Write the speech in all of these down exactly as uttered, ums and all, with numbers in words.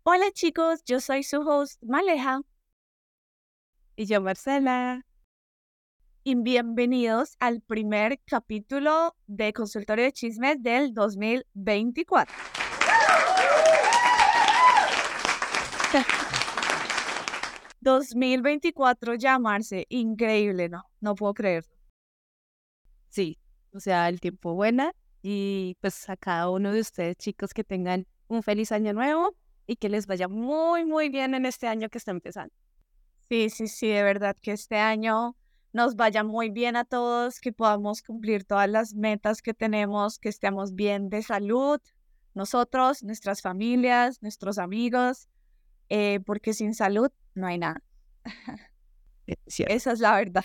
Hola chicos, yo soy su host Maleja Y yo, Marcela. y bienvenidos al primer capítulo de Consultorio de Chismes del dos mil veinticuatro. dos mil veinticuatro ya, Marce, increíble, ¿no? No puedo creer. Sí, o sea, el tiempo buena y pues a cada uno de ustedes, chicos, que tengan un feliz año nuevo y que les vaya muy, muy bien en este año que está empezando. Sí, sí, sí, de verdad que este año nos vaya muy bien a todos, que podamos cumplir todas las metas que tenemos, que estemos bien de salud, nosotros, nuestras familias, nuestros amigos, eh, porque sin salud no hay nada. Es cierto. Esa es la verdad.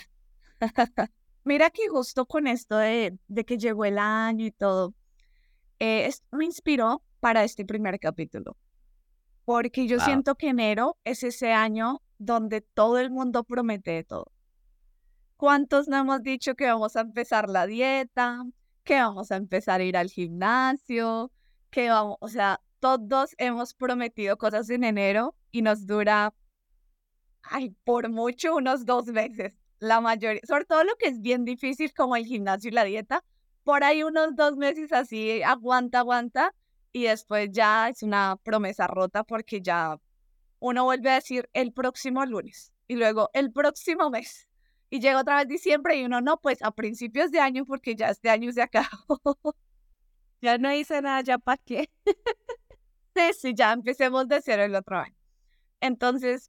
Mira que justo con esto de, de que llegó el año y todo, eh, es- me inspiró para este primer capítulo, porque yo Wow. siento que enero es ese año donde todo el mundo promete de todo. ¿Cuántos no hemos dicho que vamos a empezar la dieta, que vamos a empezar a ir al gimnasio, que vamos, o sea, todos hemos prometido cosas en enero y nos dura, ay, por mucho unos dos meses, la mayoría, sobre todo lo que es bien difícil como el gimnasio y la dieta, por ahí unos dos meses así aguanta, aguanta, y después ya es una promesa rota porque ya uno vuelve a decir el próximo lunes, y luego el próximo mes, y llega otra vez diciembre y uno no, pues a principios de año porque ya este año se acabó. Ya no hice nada, ya para qué. Sí, sí, ya empecemos de cero el otro año. Entonces,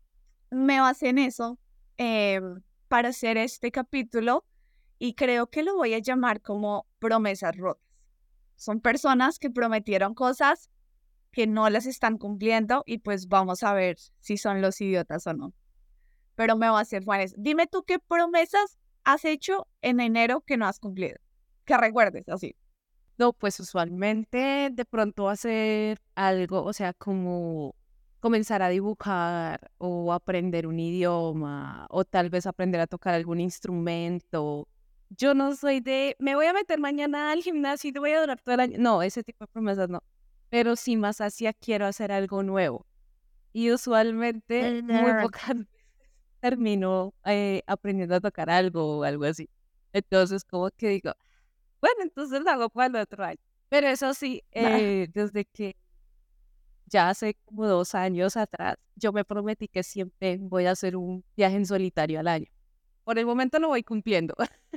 me basé en eso em, para hacer este capítulo y creo que lo voy a llamar como promesas rotas. Son personas que prometieron cosas que no las están cumpliendo y pues vamos a ver si son los idiotas o no. Pero me va a hacer Juanes. Dime tú qué promesas has hecho en enero que no has cumplido. Que recuerdes, así. No, pues usualmente de pronto hacer algo, o sea, como comenzar a dibujar o aprender un idioma o tal vez aprender a tocar algún instrumento. Yo no soy de, me voy a meter mañana al gimnasio y te voy a durar todo el año. No, ese tipo de promesas no. Pero sí más hacia quiero hacer algo nuevo. Y usualmente muy Mm. pocas veces termino eh, aprendiendo a tocar algo o algo así. Entonces, como que digo, bueno, entonces lo hago para el otro año. Pero eso sí, eh, desde que ya hace como dos años atrás, yo me prometí que siempre voy a hacer un viaje en solitario al año. Por el momento lo voy cumpliendo.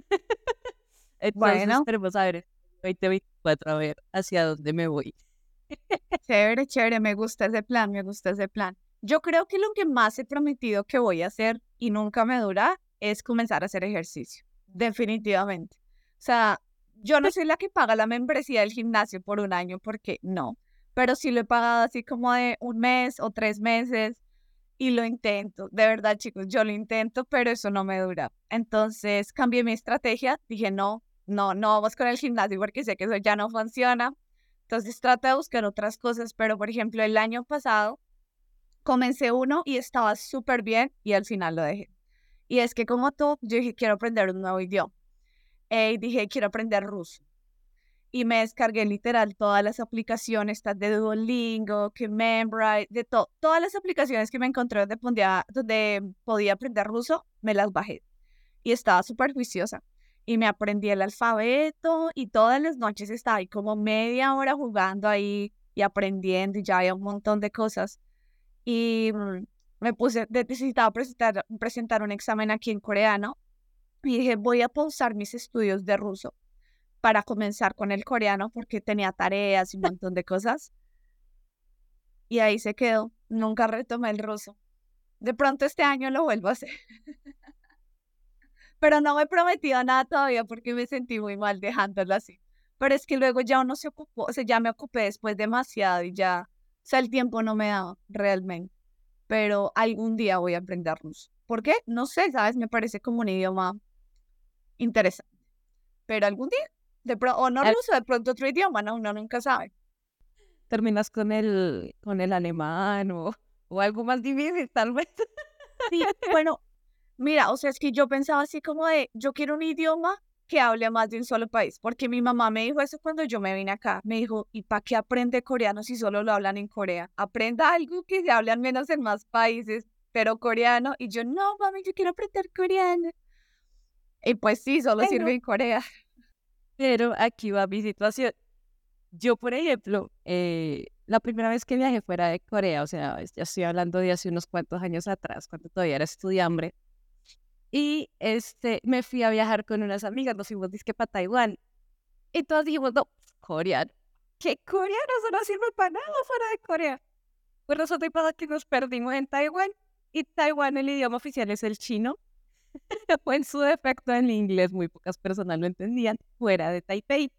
Entonces, Bueno, esperemos a ver en veinte veinticuatro a ver hacia dónde me voy. chévere, chévere, me gusta ese plan, me gusta ese plan. Yo creo que lo que más he prometido que voy a hacer y nunca me dura es comenzar a hacer ejercicio. Definitivamente. O sea, yo no soy la que paga la membresía del gimnasio por un año, porque no. Pero sí lo he pagado así como de un mes o tres meses y lo intento. De verdad, chicos, yo lo intento, pero eso no me dura. Entonces cambié mi estrategia. Dije, no, no, no vamos con el gimnasio porque sé que eso ya no funciona. Entonces trato de buscar otras cosas, pero por ejemplo, el año pasado comencé uno y estaba súper bien y al final lo dejé. Y es que como tú, yo dije, quiero aprender un nuevo idioma. Eh, y dije, quiero aprender ruso. Y me descargué literal todas las aplicaciones, estas de Duolingo, que Membright, de todo. Todas las aplicaciones que me encontré donde podía, donde podía aprender ruso, me las bajé. Y estaba súper juiciosa. Y me aprendí el alfabeto y todas las noches estaba ahí como media hora jugando ahí y aprendiendo y ya había un montón de cosas. Y mm, me puse, de- necesitaba presentar, presentar un examen aquí en coreano y dije, voy a pausar mis estudios de ruso para comenzar con el coreano porque tenía tareas y un montón de cosas. Y ahí se quedó. Nunca retomé el ruso. De pronto este año lo vuelvo a hacer. Pero no me he prometido nada todavía porque me sentí muy mal dejándolo así. Pero es que luego ya uno se ocupó, o sea, ya me ocupé después demasiado y ya, o sea, el tiempo no me da realmente. Pero algún día voy a aprender ruso. ¿Por qué? No sé, ¿sabes? Me parece como un idioma interesante. Pero algún día, de pro- o no Ah, ruso, de pronto otro idioma, ¿no? Uno nunca sabe. terminas con el, con el alemán o, o algo más difícil, tal vez. Sí, bueno, mira, o sea, es que yo pensaba así como de, yo quiero un idioma que hable más de un solo país, porque mi mamá me dijo eso cuando yo me vine acá. Me dijo, ¿y para qué aprende coreano si solo lo hablan en Corea? Aprenda algo que se hable al menos en más países, pero coreano. Y yo, no, mami, yo quiero aprender coreano. Y pues sí, solo Pero, sirve en Corea. pero aquí va mi situación. Yo, por ejemplo, eh, la primera vez que viajé fuera de Corea, o sea, es- ya estoy hablando de hace unos cuantos años atrás, cuando todavía era estudiante, y este, me fui a viajar con unas amigas, nos fuimos disque para Taiwán, y todos dijimos, no, coreano, ¿qué coreano? Eso no sirve para nada fuera de Corea. Pues resulta y pasa que nos perdimos en Taiwán, y Taiwán el idioma oficial es el chino, o en su defecto el inglés, muy pocas personas lo entendían, fuera de Taipei.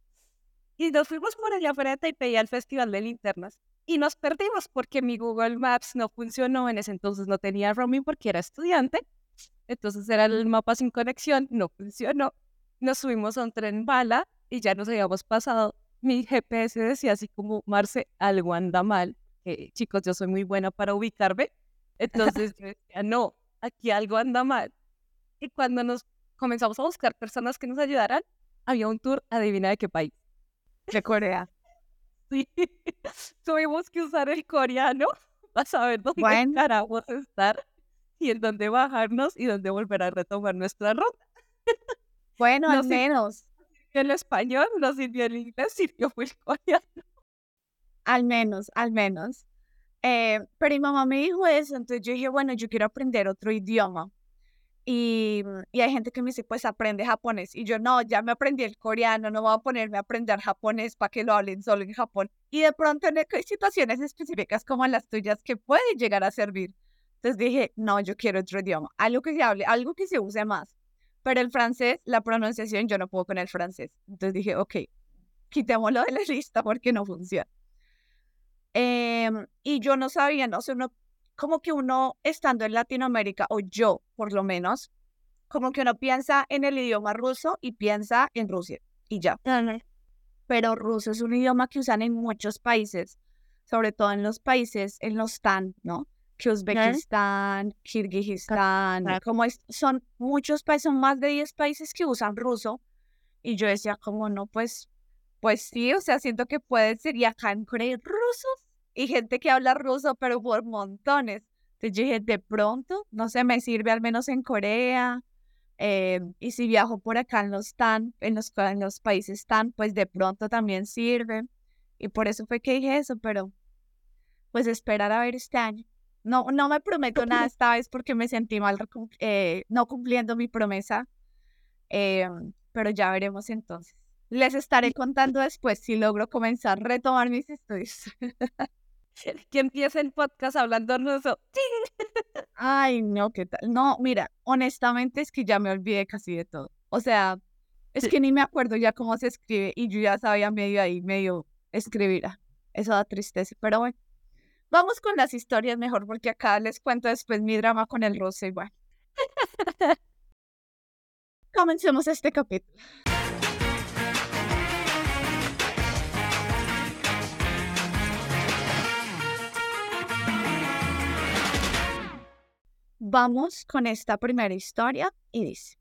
Y nos fuimos por allá fuera de Taipei al Festival de Linternas y nos perdimos porque mi Google Maps no funcionó. En ese entonces no tenía roaming porque era estudiante. Entonces era el mapa sin conexión, no funcionó. Nos subimos a un tren bala y ya nos habíamos pasado. Mi G P S decía así como, Marce, algo anda mal. Eh, chicos, yo soy muy buena para ubicarme. Entonces yo decía, no, aquí algo anda mal. Y cuando nos comenzamos a buscar personas que nos ayudaran, había un tour, adivina de qué país. De Corea. Sí, tuvimos que usar el coreano para saber dónde Bueno, carajos estar y en dónde bajarnos y dónde volver a retomar nuestra ruta. bueno, al No sirvió menos, el español, no sirvió el inglés, sirvió fue el coreano. al menos, al menos. Eh, pero mi mamá me dijo eso, entonces yo dije, bueno, yo quiero aprender otro idioma. Y, mm, y hay gente que me dice, pues aprende japonés. Y yo, no, ya me aprendí el coreano, no voy a ponerme a aprender japonés para que lo hablen solo en Japón. Y de pronto en e- situaciones específicas como las tuyas que puede llegar a servir. Entonces dije, no, yo quiero otro idioma, algo que se hable, algo que se use más. Pero el francés, la pronunciación, yo no puedo con el francés. Entonces dije, ok, quitémoslo de la lista porque no funciona. Em, y yo no sabía, no sé, uno, como que uno estando en Latinoamérica, o yo por lo menos, como que uno piensa en el idioma ruso y piensa en Rusia y ya. Pero ruso es un idioma que usan en muchos países, sobre todo en los países, en los TAN, ¿no? Que Uzbekistán, Kirguistán, como es, son muchos países, son más de diez países que usan ruso. Y yo decía, como no, pues, pues sí, o sea, siento que puede ser, y acá en Corea hay rusos y gente que habla ruso, pero por montones. Entonces yo dije, de pronto, no sé, me sirve al menos en Corea. Eh, y si viajo por acá en los TAN, en los, en los países TAN, pues de pronto también sirve. Y por eso fue que dije eso, pero pues esperar a ver este año. No, no me prometo nada esta vez porque me sentí mal recum- eh, no cumpliendo mi promesa, eh, pero ya veremos entonces. Les estaré contando después si logro comenzar a retomar mis estudios. Que empiece el podcast hablando ruso. Ay, no, ¿qué tal? No, mira, honestamente es que ya me olvidé casi de todo. O sea, es que ni me acuerdo ya cómo se escribe y yo ya sabía medio ahí, medio escribir. Ah, eso da tristeza, pero bueno. Vamos con las historias mejor porque acá les cuento después mi drama con el ruso igual. Comencemos este capítulo. Vamos con esta primera historia y dice,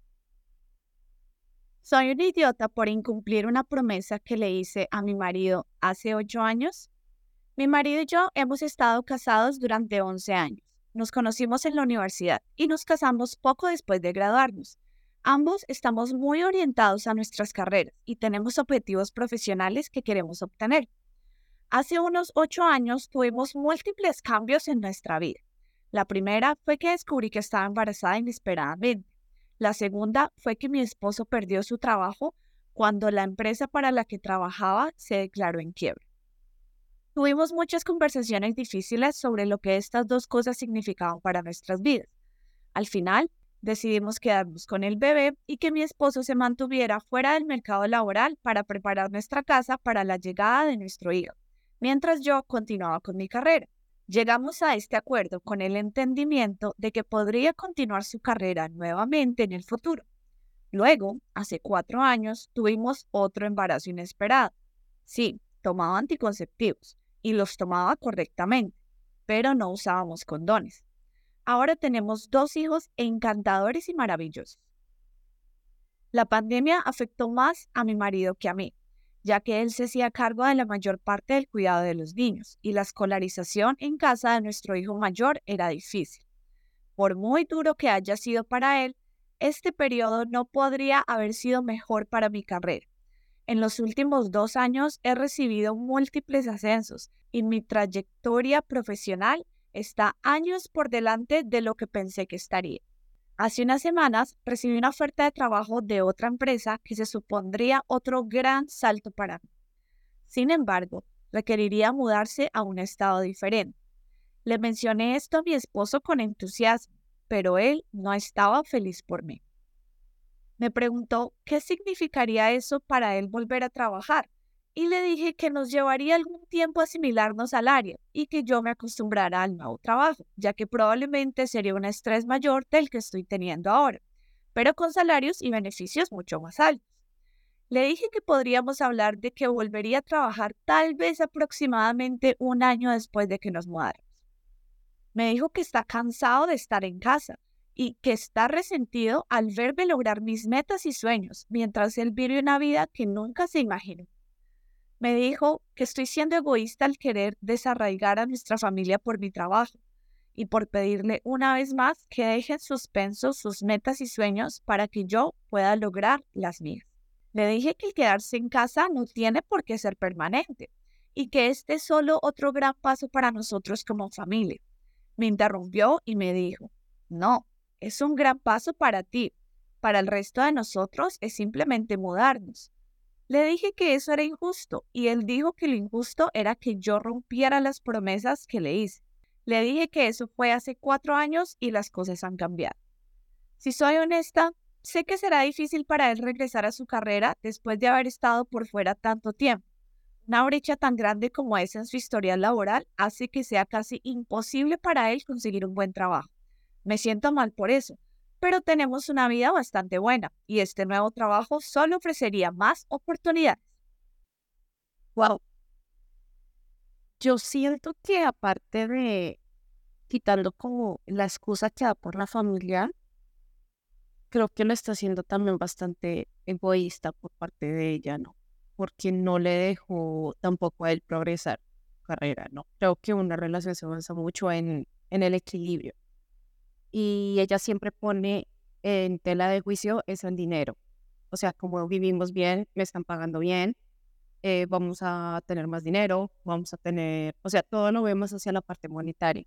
soy un idiota por incumplir una promesa que le hice a mi marido hace ocho años. Mi marido y yo hemos estado casados durante once años. Nos conocimos en la universidad y nos casamos poco después de graduarnos. Ambos estamos muy orientados a nuestras carreras y tenemos objetivos profesionales que queremos obtener. Hace unos ocho años tuvimos múltiples cambios en nuestra vida. La primera fue que descubrí que estaba embarazada inesperadamente. La segunda fue que mi esposo perdió su trabajo cuando la empresa para la que trabajaba se declaró en quiebra. Tuvimos muchas conversaciones difíciles sobre lo que estas dos cosas significaban para nuestras vidas. Al final, decidimos quedarnos con el bebé y que mi esposo se mantuviera fuera del mercado laboral para preparar nuestra casa para la llegada de nuestro hijo, mientras yo continuaba con mi carrera. Llegamos a este acuerdo con el entendimiento de que podría continuar su carrera nuevamente en el futuro. Luego, hace cuatro años, tuvimos otro embarazo inesperado. Sí, tomaba anticonceptivos y los tomaba correctamente, pero no usábamos condones. Ahora tenemos dos hijos encantadores y maravillosos. La pandemia afectó más a mi marido que a mí, ya que él se hacía cargo de la mayor parte del cuidado de los niños y la escolarización en casa de nuestro hijo mayor era difícil. Por muy duro que haya sido para él, este periodo no podría haber sido mejor para mi carrera. En los últimos dos años he recibido múltiples ascensos y mi trayectoria profesional está años por delante de lo que pensé que estaría. Hace unas semanas recibí una oferta de trabajo de otra empresa que se supondría otro gran salto para mí. Sin embargo, requeriría mudarse a un estado diferente. Le mencioné esto a mi esposo con entusiasmo, pero él no estaba feliz por mí. Me preguntó qué significaría eso para él volver a trabajar y le dije que nos llevaría algún tiempo asimilarnos al área y que yo me acostumbrara al nuevo trabajo, ya que probablemente sería un estrés mayor del que estoy teniendo ahora, pero con salarios y beneficios mucho más altos. Le dije que podríamos hablar de que volvería a trabajar tal vez aproximadamente un año después de que nos mudáramos. Me dijo que está cansado de estar en casa y que está resentido al verme lograr mis metas y sueños, mientras él vive una vida que nunca se imaginó. Me dijo que estoy siendo egoísta al querer desarraigar a nuestra familia por mi trabajo y por pedirle una vez más que deje en suspenso sus metas y sueños para que yo pueda lograr las mías. Le dije que el quedarse en casa no tiene por qué ser permanente y que este es solo otro gran paso para nosotros como familia. Me interrumpió y me dijo, no, es un gran paso para ti. Para el resto de nosotros es simplemente mudarnos. Le dije que eso era injusto y él dijo que lo injusto era que yo rompiera las promesas que le hice. Le dije que eso fue hace cuatro años y las cosas han cambiado. Si soy honesta, sé que será difícil para él regresar a su carrera después de haber estado por fuera tanto tiempo. Una brecha tan grande como esa en su historial laboral hace que sea casi imposible para él conseguir un buen trabajo. Me siento mal por eso, pero tenemos una vida bastante buena y este nuevo trabajo solo ofrecería más oportunidades. Wow, yo siento que aparte de quitando como la excusa que da por la familia, creo que lo está haciendo también bastante egoísta por parte de ella, ¿no? Porque no le dejó tampoco a él progresar su carrera, ¿no? Creo que una relación se basa mucho en, en el equilibrio. Y ella siempre pone en tela de juicio eso en dinero. O sea, como vivimos bien, me están pagando bien, eh, vamos a tener más dinero, vamos a tener, o sea, todo lo vemos hacia la parte monetaria.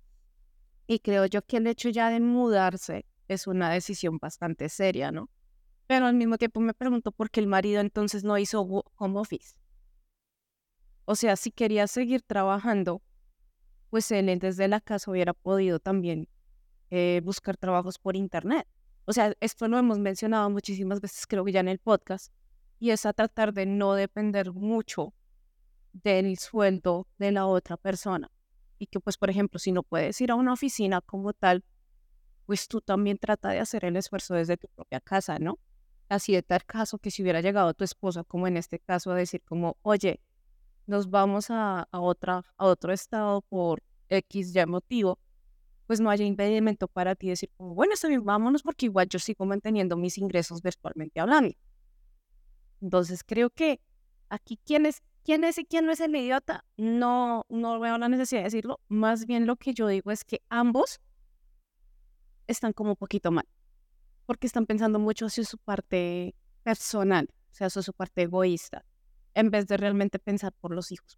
Y creo yo que el hecho ya de mudarse es una decisión bastante seria, ¿no? Pero al mismo tiempo me pregunto por qué el marido entonces no hizo wo- home office. O sea, si quería seguir trabajando, pues él desde la casa hubiera podido también eh, buscar trabajos por internet. O sea, esto lo hemos mencionado muchísimas veces, creo que ya en el podcast, y es a tratar de no depender mucho del sueldo de la otra persona. Y que, pues, por ejemplo, si no puedes ir a una oficina como tal, pues tú también trata de hacer el esfuerzo desde tu propia casa, ¿no? Así de tal caso que si hubiera llegado tu esposa, como en este caso, a decir como, oye, nos vamos a, a, otra, a otro estado por X ya motivo, pues no haya impedimento para ti decir como, bueno, está bien, vámonos porque igual yo sigo manteniendo mis ingresos virtualmente hablando. Entonces creo que aquí quién es, quién es y quién no es el idiota, no, no veo la necesidad de decirlo. Más bien lo que yo digo es que ambos están como un poquito mal, porque están pensando mucho hacia su parte personal, o sea, hacia su parte egoísta, en vez de realmente pensar por los hijos.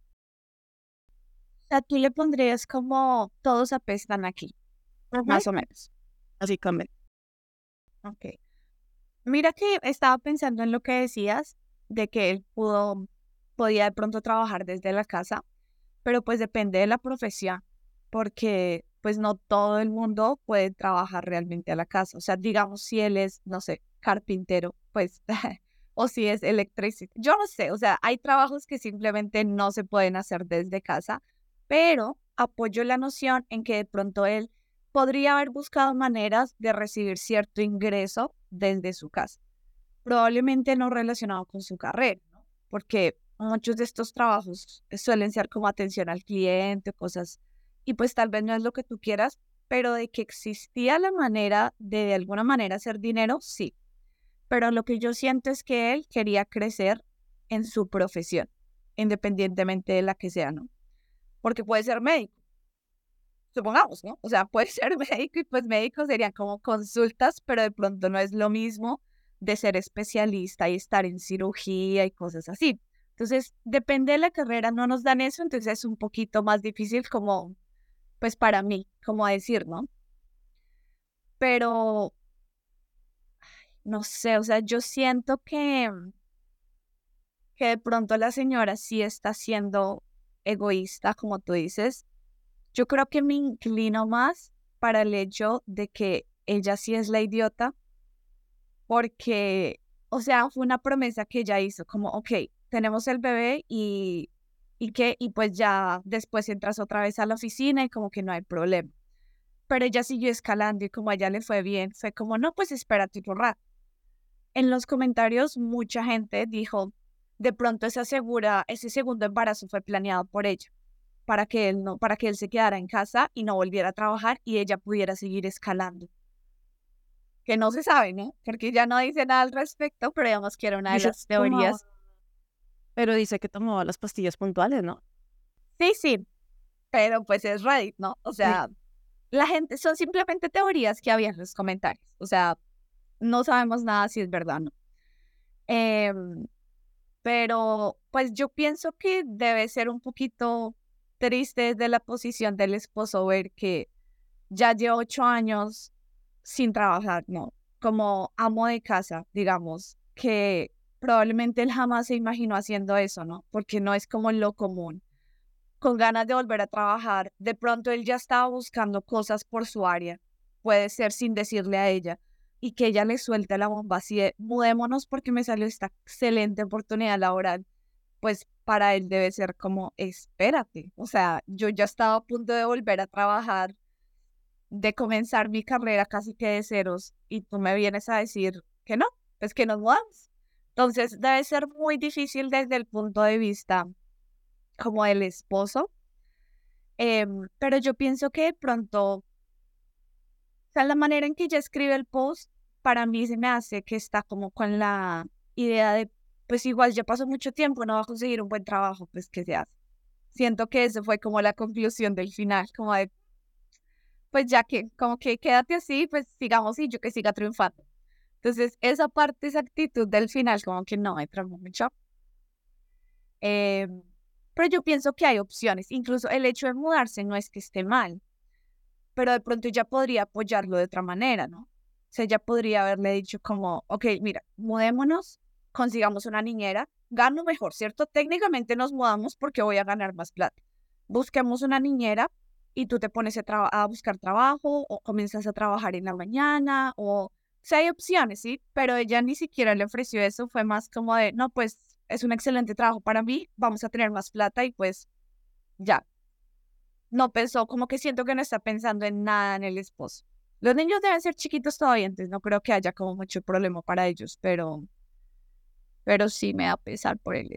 O sea, tú le pondrías como todos apestan aquí, Ajá. más o menos. Básicamente. Ok. Mira que estaba pensando en lo que decías, de que él pudo, podía de pronto trabajar desde la casa, pero pues depende de la profesión, porque pues no todo el mundo puede trabajar realmente a la casa. O sea, digamos si él es, no sé, carpintero, pues, o si es electricista. Yo no sé, o sea, hay trabajos que simplemente no se pueden hacer desde casa, pero apoyo la noción en que de pronto él podría haber buscado maneras de recibir cierto ingreso desde su casa, probablemente no relacionado con su carrera, ¿no? Porque muchos de estos trabajos suelen ser como atención al cliente, cosas, y pues tal vez no es lo que tú quieras, pero de que existía la manera de de alguna manera hacer dinero, sí. pero lo que yo siento es que él quería crecer en su profesión, independientemente de la que sea, ¿no? Porque puede ser médico, supongamos, ¿no? O sea, puede ser médico y pues médicos serían como consultas, pero de pronto no es lo mismo de ser especialista y estar en cirugía y cosas así. Entonces, depende de la carrera, no nos dan eso, entonces es un poquito más difícil como, pues para mí, como decir, ¿no? Pero, no sé, o sea, yo siento que, que de pronto la señora sí está siendo egoísta, como tú dices. Yo creo que me inclino más para el hecho de que ella sí es la idiota, porque, o sea, fue una promesa que ella hizo, como, ok, tenemos el bebé y, y que, y pues ya después entras otra vez a la oficina y como que no hay problema. Pero ella siguió escalando y como a ella le fue bien, fue como, no, pues espérate un rato. En los comentarios, mucha gente dijo, de pronto esa segura, ese segundo embarazo fue planeado por ella, para que él no, para que él se quedara en casa y no volviera a trabajar y ella pudiera seguir escalando. Que no se sabe, ¿no? Porque ya no dice nada al respecto, pero digamos que era una de Dice las que tomaba, teorías. pero dice que tomaba las pastillas puntuales, ¿no? Sí, sí, pero pues es Reddit, ¿no? O Sí. sea, la gente, son simplemente teorías que había en los comentarios. O sea, no sabemos nada si es verdad o no. Em, pero pues yo pienso que debe ser un poquito triste desde la posición del esposo ver que ya lleva ocho años sin trabajar, ¿no? Como amo de casa, digamos, que probablemente él jamás se imaginó haciendo eso, ¿no? Porque no es como lo común. Con ganas de volver a trabajar, de pronto él ya estaba buscando cosas por su área, puede ser sin decirle a ella, y que ella le suelte la bomba así de, mudémonos porque me salió esta excelente oportunidad laboral, pues para él debe ser como, espérate, o sea, yo ya estaba a punto de volver a trabajar, de comenzar mi carrera casi que de ceros y tú me vienes a decir que no, pues que nos mudamos. Entonces debe ser muy difícil desde el punto de vista como del esposo, em, pero yo pienso que de pronto, o sea, la manera en que ella escribe el post, para mí se me hace que está como con la idea de, pues igual ya pasó mucho tiempo, no va a conseguir un buen trabajo, pues que se hace. Siento que eso fue como la conclusión del final, como de, pues ya que, como que quédate así, pues sigamos y yo que siga triunfando. Entonces, esa parte, esa actitud del final, como que no me tramó mucho. Eh, pero yo pienso que hay opciones. Incluso el hecho de mudarse no es que esté mal, pero de pronto ya podría apoyarlo de otra manera, ¿no? O sea, ya podría haberle dicho como, ok, mira, mudémonos, consigamos una niñera, gano mejor, ¿cierto? Técnicamente nos mudamos porque voy a ganar más plata. Busquemos una niñera y tú te pones a, traba- a buscar trabajo o comienzas a trabajar en la mañana o... O sea, hay opciones, ¿sí? Pero ella ni siquiera le ofreció eso, fue más como de, no, pues es un excelente trabajo para mí, vamos a tener más plata y pues ya. No pensó, como que siento que no está pensando en nada en el esposo. Los niños deben ser chiquitos todavía, entonces no creo que haya como mucho problema para ellos, pero, pero sí me da pesar por él.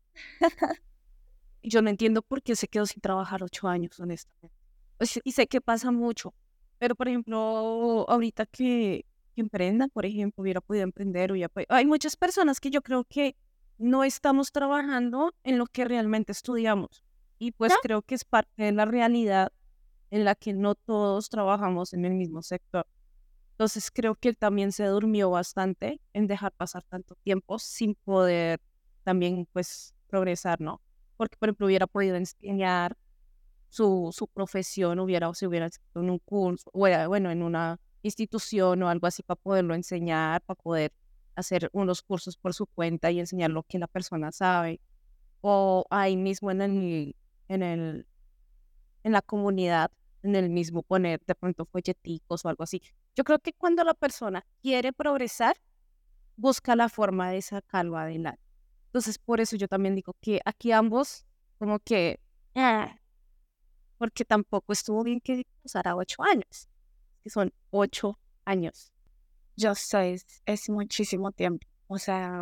Y yo no entiendo por qué se quedó sin trabajar ocho años, honestamente. O sea, y sé que pasa mucho, pero por ejemplo, ahorita que, que emprenda, por ejemplo, hubiera podido emprender, hubiera podido- hay muchas personas que yo creo que no estamos trabajando en lo que realmente estudiamos. Y ¿No? pues creo que es parte de la realidad en la que no todos trabajamos en el mismo sector. Entonces creo que él también se durmió bastante en dejar pasar tanto tiempo sin poder también pues progresar, ¿no? Porque por ejemplo hubiera podido enseñar su, su profesión, hubiera, se hubiera inscrito en un curso, o era, bueno, en una institución o algo así para poderlo enseñar, para poder hacer unos cursos por su cuenta y enseñar lo que la persona sabe. O ahí mismo en el, en el en la comunidad, en el mismo poner de pronto folleticos o algo así. Yo creo que cuando la persona quiere progresar, busca la forma de sacarlo adelante. Entonces, por eso yo también digo que aquí ambos, como que, ah, porque tampoco estuvo bien que usara ocho años, que son ocho años. Yo sé, es, es muchísimo tiempo. O sea,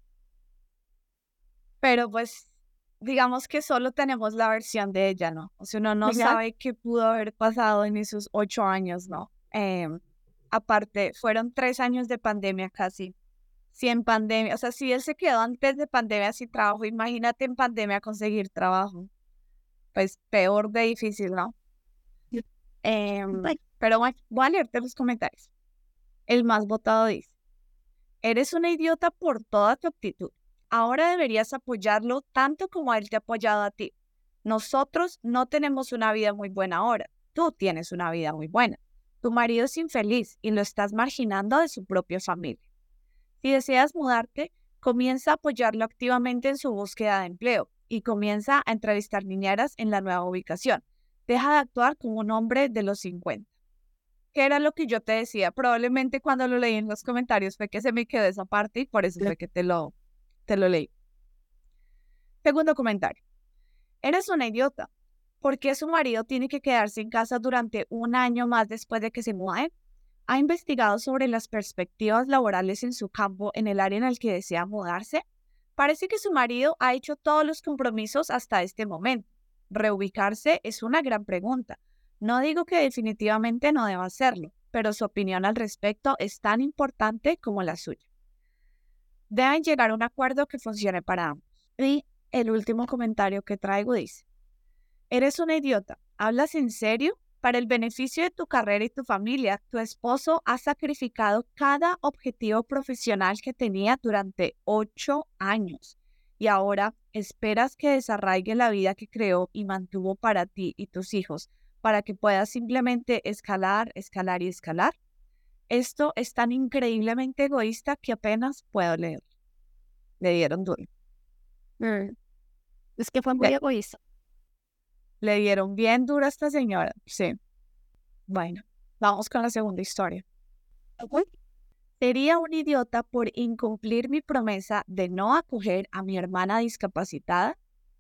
pero pues digamos que solo tenemos la versión de ella, ¿no? O sea, uno no ¿Verdad? sabe qué pudo haber pasado en esos ocho años, ¿no? Em, aparte, fueron tres años de pandemia casi. Si en pandemia, o sea, si él se quedó antes de pandemia sin trabajo, imagínate en pandemia conseguir trabajo. Pues peor de difícil, ¿no? Em, Ay, pero bueno, voy a leerte los comentarios. El más votado dice, eres una idiota por toda tu actitud. Ahora deberías apoyarlo tanto como él te ha apoyado a ti. Nosotros no tenemos una vida muy buena ahora. Tú tienes una vida muy buena. Tu marido es infeliz y lo estás marginando de su propia familia. Si deseas mudarte, comienza a apoyarlo activamente en su búsqueda de empleo y comienza a entrevistar niñeras en la nueva ubicación. Deja de actuar como un hombre de los cincuenta. ¿Qué era lo que yo te decía? Probablemente cuando lo leí en los comentarios fue que se me quedó esa parte y por eso fue que te lo, te lo leí. Segundo comentario. Eres una idiota. ¿Por qué su marido tiene que quedarse en casa durante un año más después de que se mude? ¿Ha investigado sobre las perspectivas laborales en su campo en el área en el que desea mudarse? Parece que su marido ha hecho todos los compromisos hasta este momento. Reubicarse es una gran pregunta. No digo que definitivamente no deba hacerlo, pero su opinión al respecto es tan importante como la suya. Deben llegar a un acuerdo que funcione para ambos. Y el último comentario que traigo dice, eres una idiota. ¿Hablas en serio? Para el beneficio de tu carrera y tu familia, tu esposo ha sacrificado cada objetivo profesional que tenía durante ocho años. Y ahora esperas que desarraigue la vida que creó y mantuvo para ti y tus hijos, para que puedas simplemente escalar, escalar y escalar. Esto es tan increíblemente egoísta que apenas puedo leer. Le dieron duro. mm, es que fue muy Le, egoísta. le dieron bien duro a esta señora. Sí. Bueno, vamos con la segunda historia. Ujú. Sería un idiota por incumplir mi promesa de no acoger a mi hermana discapacitada.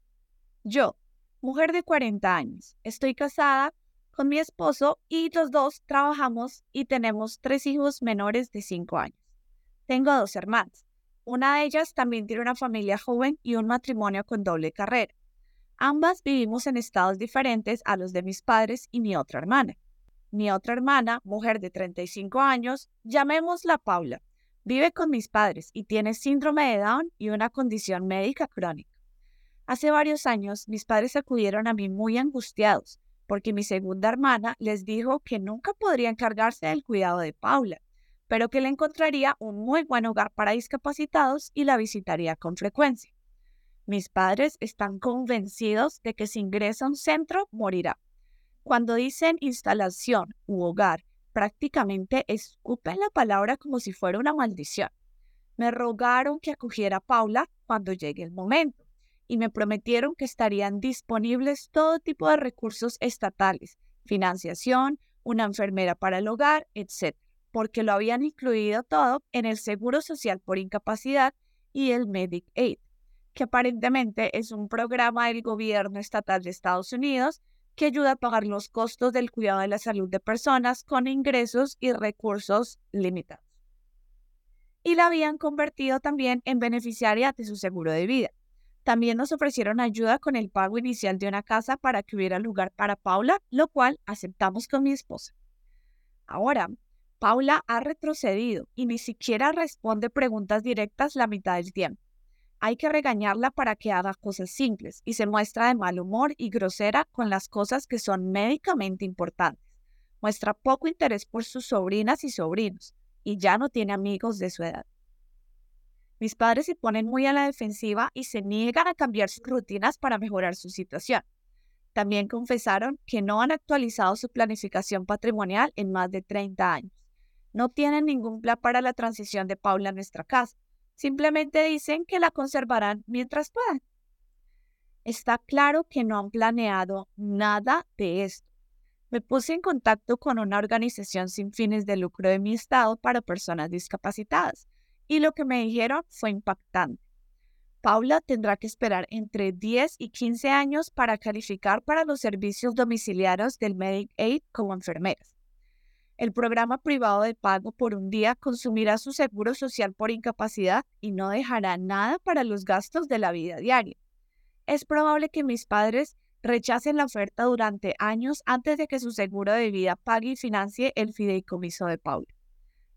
Yo, mujer de cuarenta años, estoy casada con mi esposo y los dos trabajamos y tenemos tres hijos menores de cinco años. Tengo dos hermanas. Una de ellas también tiene una familia joven y un matrimonio con doble carrera. Ambas vivimos en estados diferentes a los de mis padres y mi otra hermana. Mi otra hermana, mujer de treinta y cinco años, llamémosla Paula, vive con mis padres y tiene síndrome de Down y una condición médica crónica. Hace varios años, mis padres acudieron a mí muy angustiados, porque mi segunda hermana les dijo que nunca podría encargarse del cuidado de Paula, pero que le encontraría un muy buen hogar para discapacitados y la visitaría con frecuencia. Mis padres están convencidos de que si ingresa a un centro, morirá. Cuando dicen instalación u hogar, prácticamente escupen la palabra como si fuera una maldición. Me rogaron que acogiera a Paula cuando llegue el momento y me prometieron que estarían disponibles todo tipo de recursos estatales, financiación, una enfermera para el hogar, etcétera, porque lo habían incluido todo en el Seguro Social por Incapacidad y el Medicaid, que aparentemente es un programa del gobierno estatal de Estados Unidos que ayuda a pagar los costos del cuidado de la salud de personas con ingresos y recursos limitados. Y la habían convertido también en beneficiaria de su seguro de vida. También nos ofrecieron ayuda con el pago inicial de una casa para que hubiera lugar para Paula, lo cual aceptamos con mi esposa. Ahora, Paula ha retrocedido y ni siquiera responde preguntas directas la mitad del tiempo. Hay que regañarla para que haga cosas simples y se muestra de mal humor y grosera con las cosas que son médicamente importantes. Muestra poco interés por sus sobrinas y sobrinos y ya no tiene amigos de su edad. Mis padres se ponen muy a la defensiva y se niegan a cambiar sus rutinas para mejorar su situación. También confesaron que no han actualizado su planificación patrimonial en más de treinta años. No tienen ningún plan para la transición de Paula a nuestra casa. Simplemente dicen que la conservarán mientras puedan. Está claro que no han planeado nada de esto. Me puse en contacto con una organización sin fines de lucro de mi estado para personas discapacitadas y lo que me dijeron fue impactante. Paula tendrá que esperar entre diez y quince años para calificar para los servicios domiciliarios del Medicaid como enfermeras. El programa privado de pago por un día consumirá su seguro social por incapacidad y no dejará nada para los gastos de la vida diaria. Es probable que mis padres rechacen la oferta durante años antes de que su seguro de vida pague y financie el fideicomiso de Paula.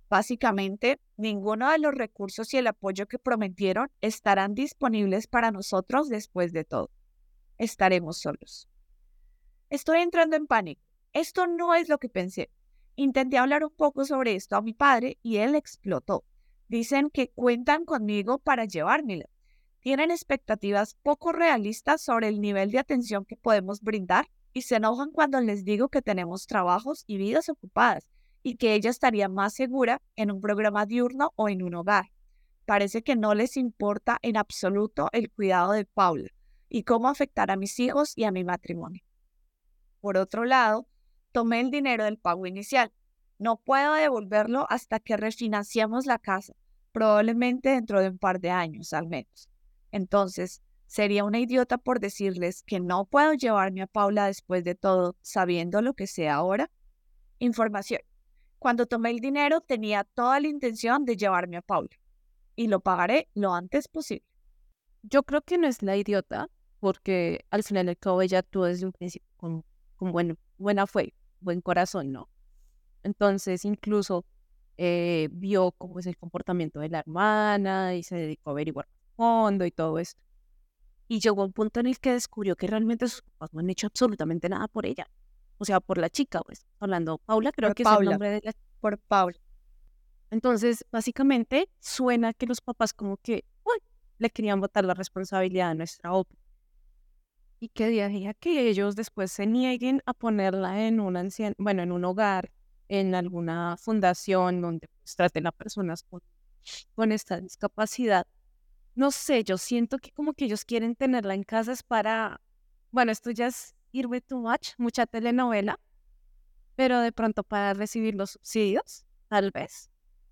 Básicamente, ninguno de los recursos y el apoyo que prometieron estarán disponibles para nosotros después de todo. Estaremos solos. Estoy entrando en pánico. Esto no es lo que pensé. Intenté hablar un poco sobre esto a mi padre y él explotó. Dicen que cuentan conmigo para llevármela. Tienen expectativas poco realistas sobre el nivel de atención que podemos brindar y se enojan cuando les digo que tenemos trabajos y vidas ocupadas y que ella estaría más segura en un programa diurno o en un hogar. Parece que no les importa en absoluto el cuidado de Paula y cómo afectará a mis hijos y a mi matrimonio. Por otro lado, tomé el dinero del pago inicial. No puedo devolverlo hasta que refinanciemos la casa, probablemente dentro de un par de años al menos. Entonces, sería una idiota por decirles que no puedo llevarme a Paula después de todo, sabiendo lo que sé ahora. Información. Cuando tomé el dinero tenía toda la intención de llevarme a Paula y lo pagaré lo antes posible. Yo creo que no es la idiota, porque al final y al cabo ella actuó desde un principio con, con buen, buena fe, buen corazón, ¿no? Entonces incluso eh, vio cómo es el comportamiento de la hermana y se dedicó a averiguar a fondo y todo esto. Y llegó a un punto en el que descubrió que realmente sus papás no han hecho absolutamente nada por ella. O sea, por la chica, pues. Hablando, Paula creo Por que es el Paula, nombre de la. por Paula. Entonces, básicamente, suena que los papás como que, uy, le querían botar la responsabilidad a nuestra OPI. Y que de ahí a que ellos después se nieguen a ponerla en un anciano, bueno, en un hogar, en alguna fundación donde pues, traten a personas con, con esta discapacidad. No sé, yo siento que como que ellos quieren tenerla en casa es para, bueno, esto ya es irme too much, mucha telenovela, pero de pronto para recibir los subsidios, tal vez.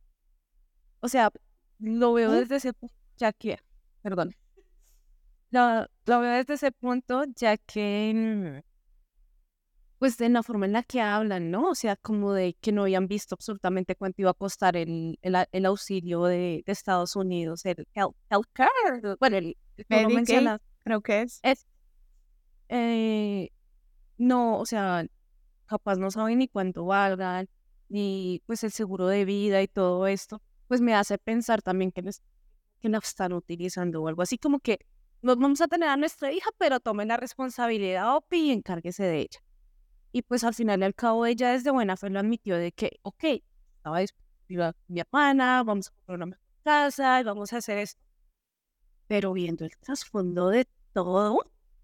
O sea, lo veo ¿Mm? desde ese punto, ya que, perdón, lo, lo veo desde ese punto, ya que, mm, pues de la forma en la que hablan, ¿no? O sea, como de que no habían visto absolutamente cuánto iba a costar el, el, a- el auxilio de, de Estados Unidos, el health, healthcare, bueno, el, el que uno Medicaid, menciona, creo que es. es, eh, no, o sea, capaz no saben ni cuánto valgan, ni pues el seguro de vida y todo esto, pues me hace pensar también que, les- que la están utilizando o algo así como que nos vamos a tener a nuestra hija, pero tomen la responsabilidad, Opi, y encárguese de ella. Y pues al final y al cabo ella desde buena fe lo admitió de que, ok, estaba dispuesta a mi hermana, vamos a comprar una mejor casa y vamos a hacer esto. Pero viendo el trasfondo de todo,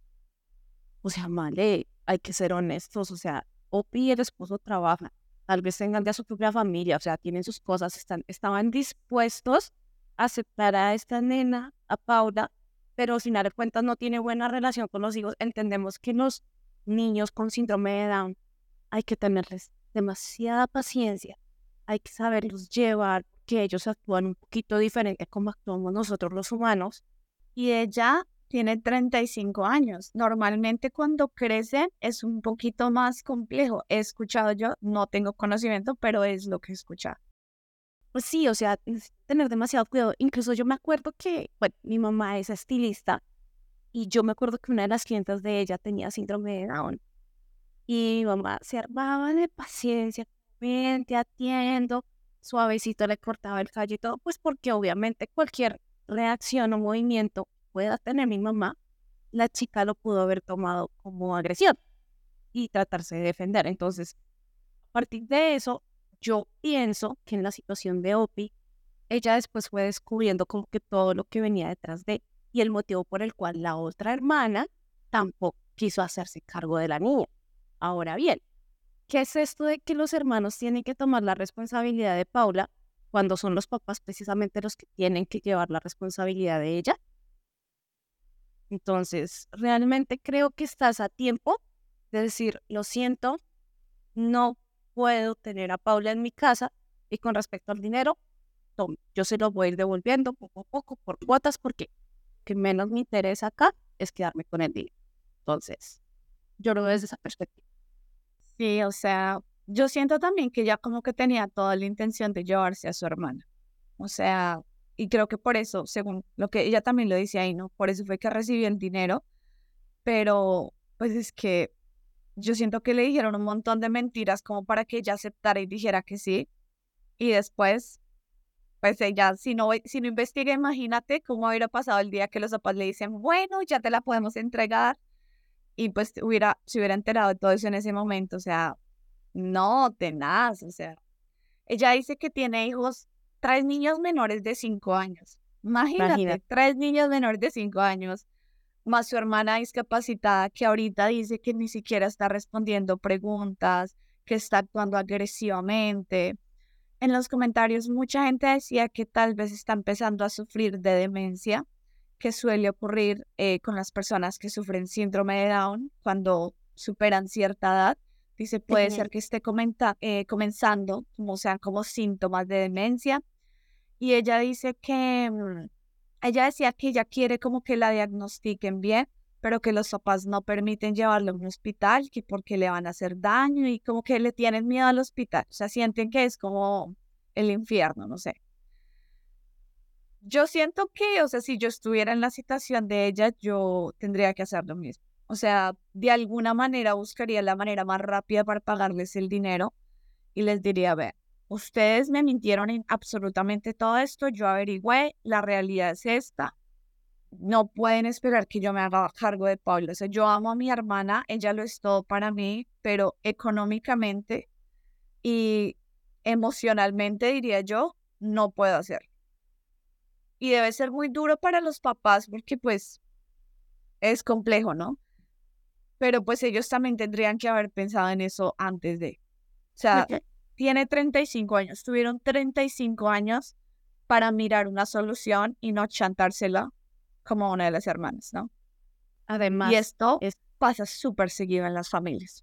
o sea, vale, hay que ser honestos, o sea, Opi y el esposo trabajan, tal vez tengan ya su propia familia, o sea, tienen sus cosas, están, estaban dispuestos a aceptar a esta nena, a Paula, pero al final de cuentas no tiene buena relación con los hijos. Entendemos que los niños con síndrome de Down hay que tenerles demasiada paciencia, hay que saberlos llevar, que ellos actúan un poquito diferente a como actuamos nosotros los humanos. Y ella tiene treinta y cinco años. Normalmente cuando crecen es un poquito más complejo. He escuchado yo, no tengo conocimiento, pero es lo que he escuchado. Pues sí, o sea, es tener demasiado cuidado. Incluso yo me acuerdo que, bueno, mi mamá es estilista y yo me acuerdo que una de las clientas de ella tenía síndrome de Down y mi mamá se armaba de paciencia, ven, te atiendo, suavecito le cortaba el cabello y todo, pues porque obviamente cualquier reacción o movimiento que pueda tener mi mamá, la chica lo pudo haber tomado como agresión y tratarse de defender. Entonces, a partir de eso, yo pienso que en la situación de Opi, ella después fue descubriendo como que todo lo que venía detrás de y el motivo por el cual la otra hermana tampoco quiso hacerse cargo de la niña. Ahora bien, ¿qué es esto de que los hermanos tienen que tomar la responsabilidad de Paula cuando son los papás precisamente los que tienen que llevar la responsabilidad de ella? Entonces, realmente creo que estás a tiempo de decir, lo siento, no puedo tener a Paula en mi casa y con respecto al dinero, tome, yo se lo voy a ir devolviendo poco a poco por cuotas porque lo que menos me interesa acá es quedarme con el dinero. Entonces, yo lo veo desde esa perspectiva. Sí, o sea, yo siento también que ella como que tenía toda la intención de llevarse a su hermana. O sea, y creo que por eso, según lo que ella también lo dice ahí, ¿no? Por eso fue que recibió el dinero, pero pues es que yo siento que le dijeron un montón de mentiras como para que ella aceptara y dijera que sí. Y después, pues ella, si no, si no investiga, imagínate cómo hubiera pasado el día que los papás le dicen, bueno, ya te la podemos entregar. Y pues hubiera, se hubiera enterado de todo eso en ese momento. O sea, no, tenaz. O sea, ella dice que tiene hijos, tres niños menores de cinco años. Imagínate, Imagínate. tres niños menores de cinco años, más su hermana discapacitada que ahorita dice que ni siquiera está respondiendo preguntas, que está actuando agresivamente. En los comentarios mucha gente decía que tal vez está empezando a sufrir de demencia, que suele ocurrir eh, con las personas que sufren síndrome de Down cuando superan cierta edad. Dice, puede ser Ujú. que esté comenta- eh, comenzando, como sean como síntomas de demencia. Y ella dice que, mm, ella decía que ella quiere como que la diagnostiquen bien, pero que los papás no permiten llevarla a un hospital, que porque le van a hacer daño y como que le tienen miedo al hospital. O sea, sienten que es como el infierno, no sé. Yo siento que, o sea, si yo estuviera en la situación de ella, yo tendría que hacer lo mismo. O sea, de alguna manera buscaría la manera más rápida para pagarles el dinero y les diría, a ver, ustedes me mintieron en absolutamente todo esto, yo averigüé, la realidad es esta, no pueden esperar que yo me haga cargo de Pablo. O sea, yo amo a mi hermana, ella lo es todo para mí, pero económicamente y emocionalmente, diría yo, no puedo hacerlo. Y debe ser muy duro para los papás porque pues es complejo, ¿no? Pero pues ellos también tendrían que haber pensado en eso antes de. O sea, Ujú. tiene treinta y cinco años, tuvieron treinta y cinco años para mirar una solución y no chantársela como una de las hermanas, ¿no? Y Además, esto es, pasa súper seguido en las familias.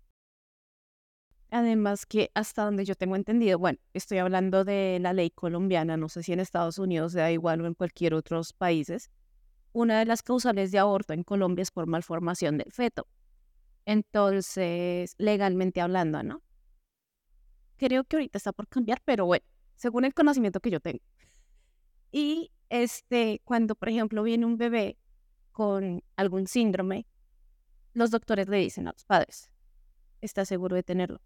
además que hasta donde yo tengo entendido, bueno, estoy hablando de la ley colombiana, no sé si en Estados Unidos sea igual o en cualquier otros países. Una de las causales de aborto en Colombia es por malformación del feto. Entonces, legalmente hablando, ¿no? Creo que ahorita está por cambiar, pero bueno, según el conocimiento que yo tengo. Y este, cuando, por ejemplo, viene un bebé con algún síndrome, los doctores le dicen a los padres, ¿está seguro de tenerlo?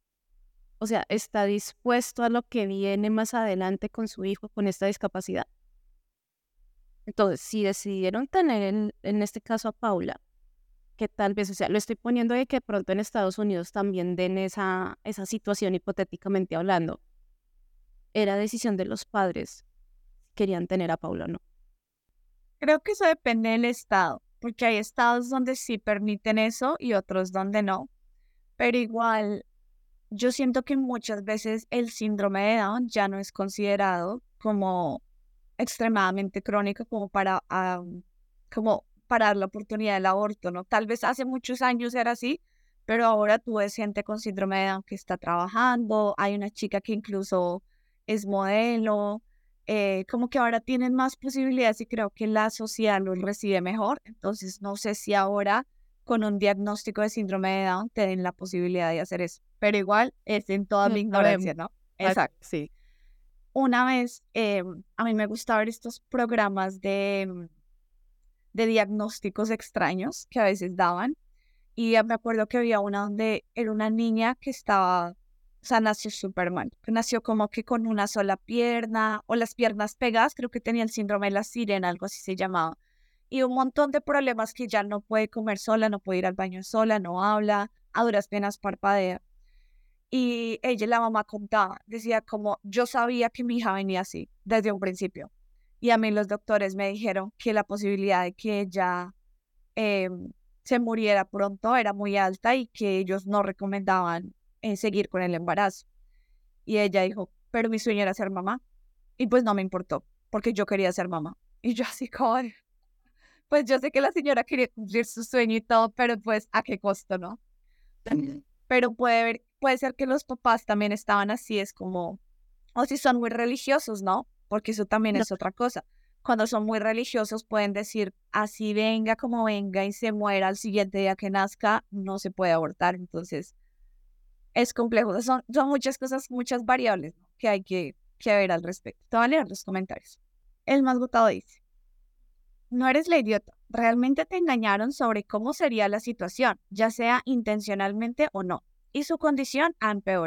O sea, ¿está dispuesto a lo que viene más adelante con su hijo con esta discapacidad? Entonces, si decidieron tener en, en este caso a Paula, que tal vez, o sea, lo estoy poniendo de que pronto en Estados Unidos también den esa, esa situación hipotéticamente hablando, era decisión de los padres si querían tener a Paula o no. Creo que eso depende del estado, porque hay estados donde sí permiten eso y otros donde no. Pero igual, yo siento que muchas veces el síndrome de Down ya no es considerado como extremadamente crónico como para, ah, como para dar la oportunidad del aborto, ¿no? Tal vez hace muchos años era así, pero ahora tú ves gente con síndrome de Down que está trabajando, hay una chica que incluso es modelo, eh, como que ahora tienen más posibilidades y creo que la sociedad los recibe mejor, entonces no sé si ahora con un diagnóstico de síndrome de Down te den la posibilidad de hacer eso, pero igual es en toda No mi sabemos. ignorancia, ¿no? Ah, Exacto. sí. Una vez, eh, a mí me gusta ver estos programas de, mm, de diagnósticos extraños que a veces daban. Y ya me acuerdo que había una donde era una niña que estaba, o sea, nació súper mal. Que nació como que con una sola pierna o las piernas pegadas, creo que tenía el síndrome de la sirena, algo así se llamaba. Y un montón de problemas que ya no puede comer sola, no puede ir al baño sola, no habla, a duras penas parpadea. Y ella, la mamá contaba, decía como, yo sabía que mi hija venía así desde un principio. Y a mí los doctores me dijeron que la posibilidad de que ella eh, se muriera pronto era muy alta y que ellos no recomendaban eh, seguir con el embarazo. Y ella dijo, pero mi sueño era ser mamá. Y pues no me importó, porque yo quería ser mamá. Y yo así como, de, pues yo sé que la señora quería cumplir su sueño y todo, pero pues a qué costo, ¿no? Pero puede ver, puede ser que los papás también estaban así, es como, o si son muy religiosos, ¿no? Porque eso también No, es otra cosa. Cuando son muy religiosos pueden decir, así venga como venga y se muera al siguiente día que nazca, no se puede abortar. Entonces, es complejo. O sea, Son, son muchas cosas, muchas variables, ¿no? Que hay que, que ver al respecto. Te voy a leer los comentarios. El más votado dice, no eres la idiota. Realmente te engañaron sobre cómo sería la situación, ya sea intencionalmente o no, y su condición ha empeorado.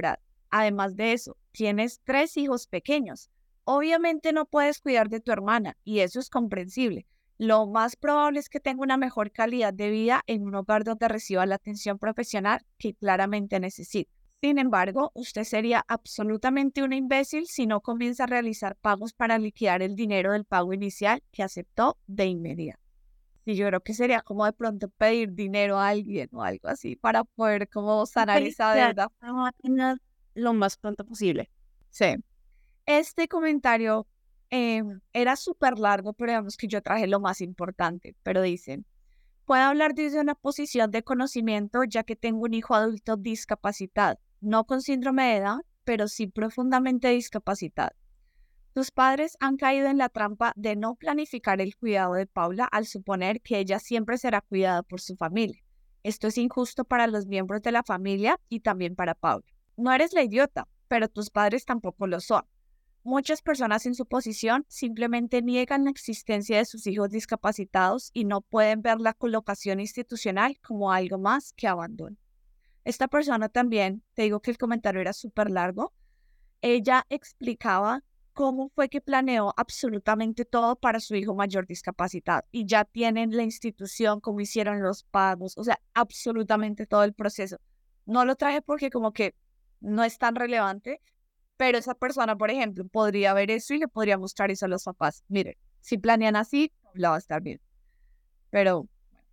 Además de eso, tienes tres hijos pequeños. Obviamente no puedes cuidar de tu hermana y eso es comprensible. Lo más probable es que tenga una mejor calidad de vida en un hogar donde reciba la atención profesional que claramente necesita. Sin embargo, usted sería absolutamente un imbécil si no comienza a realizar pagos para liquidar el dinero del pago inicial que aceptó de inmediato. Y yo creo que sería como de pronto pedir dinero a alguien o algo así para poder como sanar esa Felicidad, deuda. la máquina lo más pronto posible. Sí. Este comentario eh, era súper largo, pero digamos que yo traje lo más importante. Pero dicen, puedo hablar desde una posición de conocimiento ya que tengo un hijo adulto discapacitado, no con síndrome de Down, pero sí profundamente discapacitado. Tus padres han caído en la trampa de no planificar el cuidado de Paula al suponer que ella siempre será cuidada por su familia. Esto es injusto para los miembros de la familia y también para Paula. No eres la idiota, pero tus padres tampoco lo son. Muchas personas en su posición simplemente niegan la existencia de sus hijos discapacitados y no pueden ver la colocación institucional como algo más que abandono. Esta persona también, te digo que el comentario era súper largo, ella explicaba cómo fue que planeó absolutamente todo para su hijo mayor discapacitado. Y ya tienen la institución, cómo hicieron los pagos, o sea, absolutamente todo el proceso. No lo traje porque como que no es tan relevante, pero esa persona, por ejemplo, podría ver eso y le podría mostrar eso a los papás. Miren, si planean así, la va a estar bien. Pero,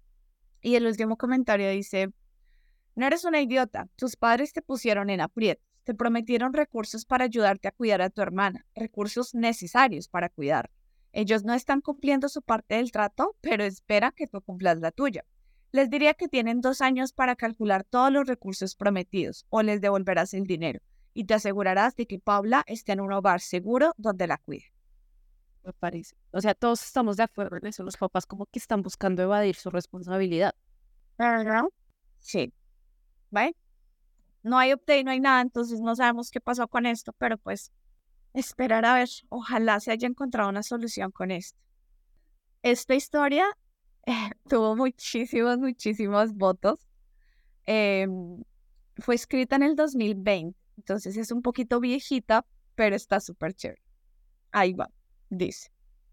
y el último comentario dice, no eres una idiota, tus padres te pusieron en aprietos, te prometieron recursos para ayudarte a cuidar a tu hermana, recursos necesarios para cuidar. Ellos no están cumpliendo su parte del trato, pero espera que tú cumplas la tuya. Les diría que tienen dos años para calcular todos los recursos prometidos o les devolverás el dinero y te asegurarás de que Paula esté en un hogar seguro donde la cuide. Me parece. O sea, todos estamos de acuerdo en eso. Los papás como que están buscando evadir su responsabilidad. ¿Verdad? Sí. ¿Vale? No hay update, no hay nada, entonces no sabemos qué pasó con esto, pero pues esperar a ver. Ojalá se haya encontrado una solución con esto. Esta historia eh, tuvo muchísimos, muchísimos votos. Eh, fue escrita en el dos mil veinte, entonces es un poquito viejita, pero está súper chévere. Ahí va, dice.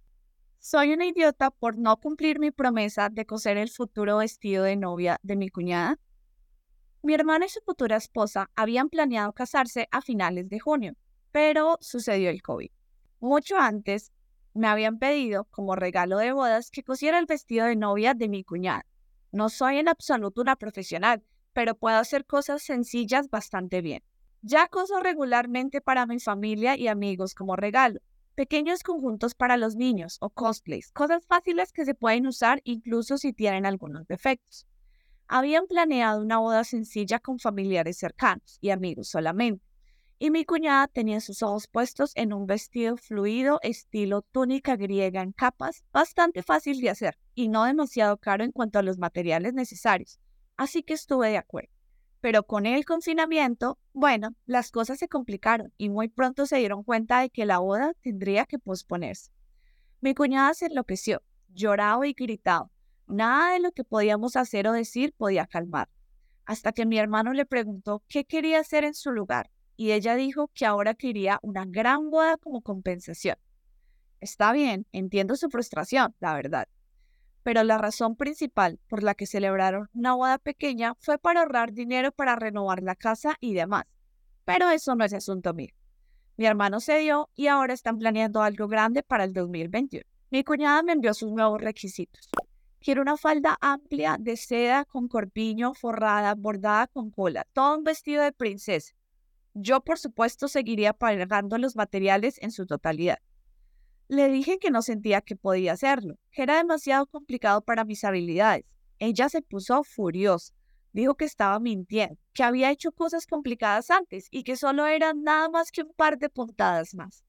Soy una idiota por no cumplir mi promesa de coser el futuro vestido de novia de mi cuñada. Mi hermana y su futura esposa habían planeado casarse a finales de junio, pero sucedió el COVID. Mucho antes, me habían pedido como regalo de bodas que cosiera el vestido de novia de mi cuñada. No soy en absoluto una profesional, pero puedo hacer cosas sencillas bastante bien. Ya coso regularmente para mi familia y amigos como regalo. Pequeños conjuntos para los niños o cosplays, cosas fáciles que se pueden usar incluso si tienen algunos defectos. Habían planeado una boda sencilla con familiares cercanos y amigos solamente, y mi cuñada tenía sus ojos puestos en un vestido fluido estilo túnica griega en capas, bastante fácil de hacer y no demasiado caro en cuanto a los materiales necesarios, así que estuve de acuerdo. Pero con el confinamiento, bueno, las cosas se complicaron y muy pronto se dieron cuenta de que la boda tendría que posponerse. Mi cuñada se enloqueció, lloraba y gritaba. Nada de lo que podíamos hacer o decir podía calmar. Hasta que mi hermano le preguntó qué quería hacer en su lugar, y ella dijo que ahora quería una gran boda como compensación. Está bien, entiendo su frustración, la verdad. Pero la razón principal por la que celebraron una boda pequeña fue para ahorrar dinero para renovar la casa y demás. Pero eso no es asunto mío. Mi hermano cedió y ahora están planeando algo grande para el dos mil veintiuno. Mi cuñada me envió sus nuevos requisitos. Quiero una falda amplia de seda con corpiño, forrada, bordada con cola, todo un vestido de princesa. Yo, por supuesto, seguiría pagando los materiales en su totalidad. Le dije que no sentía que podía hacerlo, que era demasiado complicado para mis habilidades. Ella se puso furiosa. Dijo que estaba mintiendo, que había hecho cosas complicadas antes y que solo eran nada más que un par de puntadas más.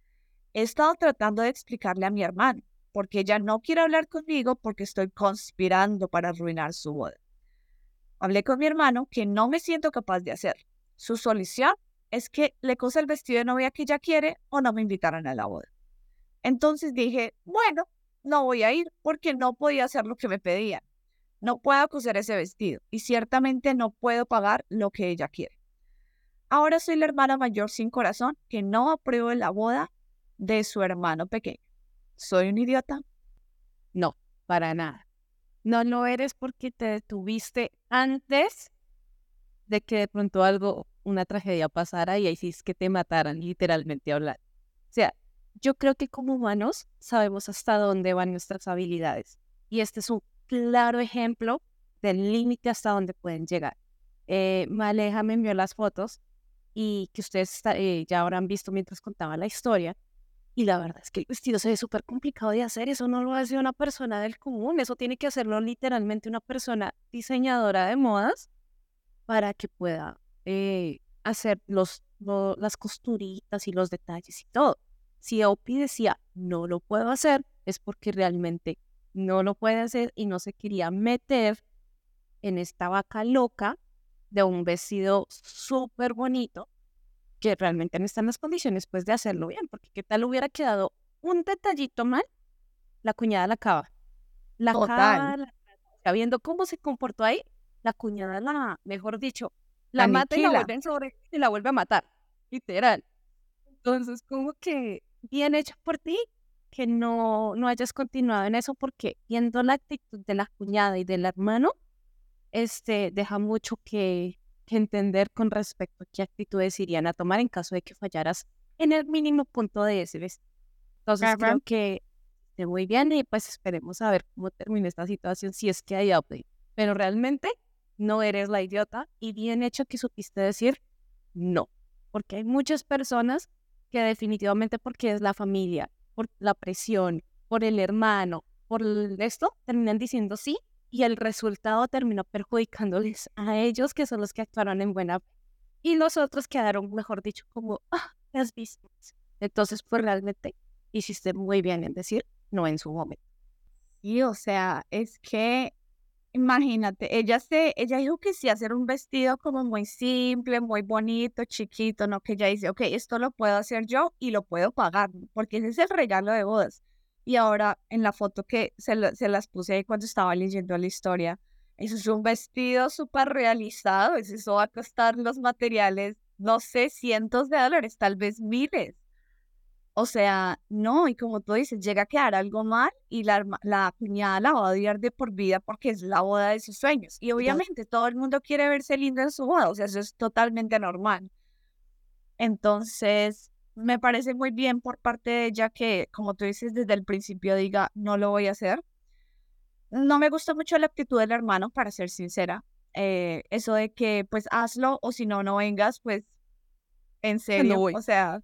He estado tratando de explicarle a mi hermano, porque ella no quiere hablar conmigo porque estoy conspirando para arruinar su boda. Hablé con mi hermano que no me siento capaz de hacer. Su solución es que le cosa el vestido de novia que ella quiere o no me invitaran a la boda. Entonces dije, bueno, no voy a ir porque no podía hacer lo que me pedían. No puedo coser ese vestido y ciertamente no puedo pagar lo que ella quiere. Ahora soy la hermana mayor sin corazón que no apruebo la boda de su hermano pequeño. ¿Soy un idiota? No, para nada. No lo eres porque te detuviste antes de que de pronto algo, una tragedia pasara y ahí sí es que te mataran, literalmente hablando. O sea, yo creo que como humanos sabemos hasta dónde van nuestras habilidades. Y este es un claro ejemplo del límite hasta dónde pueden llegar. Eh, Maleja me envió las fotos y que ustedes está- eh, ya habrán visto mientras contaba la historia. Y la verdad es que el vestido se ve súper complicado de hacer. Eso no lo hace una persona del común. Eso tiene que hacerlo literalmente una persona diseñadora de modas para que pueda eh, hacer los, lo- las costuritas y los detalles y todo. Si Opi decía, no lo puedo hacer, es porque realmente no lo puede hacer y no se quería meter en esta vaca loca de un vestido súper bonito que realmente no está en las condiciones pues de hacerlo bien, porque qué tal hubiera quedado un detallito mal, la cuñada la acaba, la Total, acaba, la- sabiendo cómo se comportó ahí, la cuñada la, mejor dicho, la mata y la aniquila. vuelve en sobre y la vuelve a matar, literal. Entonces, como que bien hecho por ti que no, no hayas continuado en eso, porque viendo la actitud de la cuñada y del hermano, este, deja mucho que, que entender con respecto a qué actitudes irían a tomar en caso de que fallaras en el mínimo punto de ese vestido. Entonces Ajá. creo que esté muy bien y pues esperemos a ver cómo termina esta situación si es que hay update. Pero realmente no eres la idiota y bien hecho que supiste decir no, porque hay muchas personas que definitivamente porque es la familia, por la presión, por el hermano, por el- esto, terminan diciendo sí y el resultado terminó perjudicándoles a ellos que son los que actuaron en buena fe y los otros quedaron, mejor dicho, como ah, las víctimas. Entonces, pues realmente hiciste muy bien en decir no en su momento. Y o sea, es que imagínate, ella se, ella dijo que sí hacer un vestido como muy simple, muy bonito, chiquito, ¿no? Que ella dice, ok, esto lo puedo hacer yo y lo puedo pagar, ¿no? Porque ese es el regalo de bodas. Y ahora en la foto que se, lo- se las puse ahí cuando estaba leyendo la historia, eso es un vestido súper realizado, es- eso va a costar los materiales, no sé, cientos de dólares, tal vez miles. O sea, no, y como tú dices, llega a quedar algo mal y la, herma- la cuñada la va a odiar de por vida porque es la boda de sus sueños. Y Ya. obviamente todo el mundo quiere verse lindo en su boda, o sea, eso es totalmente normal. Entonces, me parece muy bien por parte de ella que, como tú dices, desde el principio diga, no lo voy a hacer. No me gusta mucho la actitud del hermano, para ser sincera. Eh, eso de que, pues, hazlo o si no, no vengas, pues, en No serio, voy. o sea,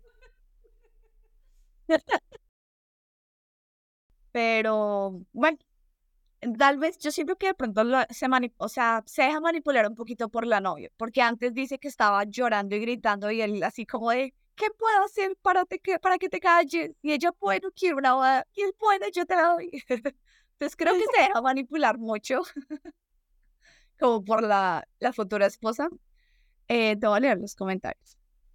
pero bueno. Tal vez yo siento que de pronto lo- se mani- o sea, se deja manipular un poquito por la novia, porque antes dice que estaba llorando y gritando y él así como de, ¿qué puedo hacer para, te, que, para que te calles? Y ella, bueno, quiero una boda, y él, bueno, yo te la doy. Entonces creo que se deja manipular mucho, como por la, la futura esposa. Eh, te voy a leer los comentarios.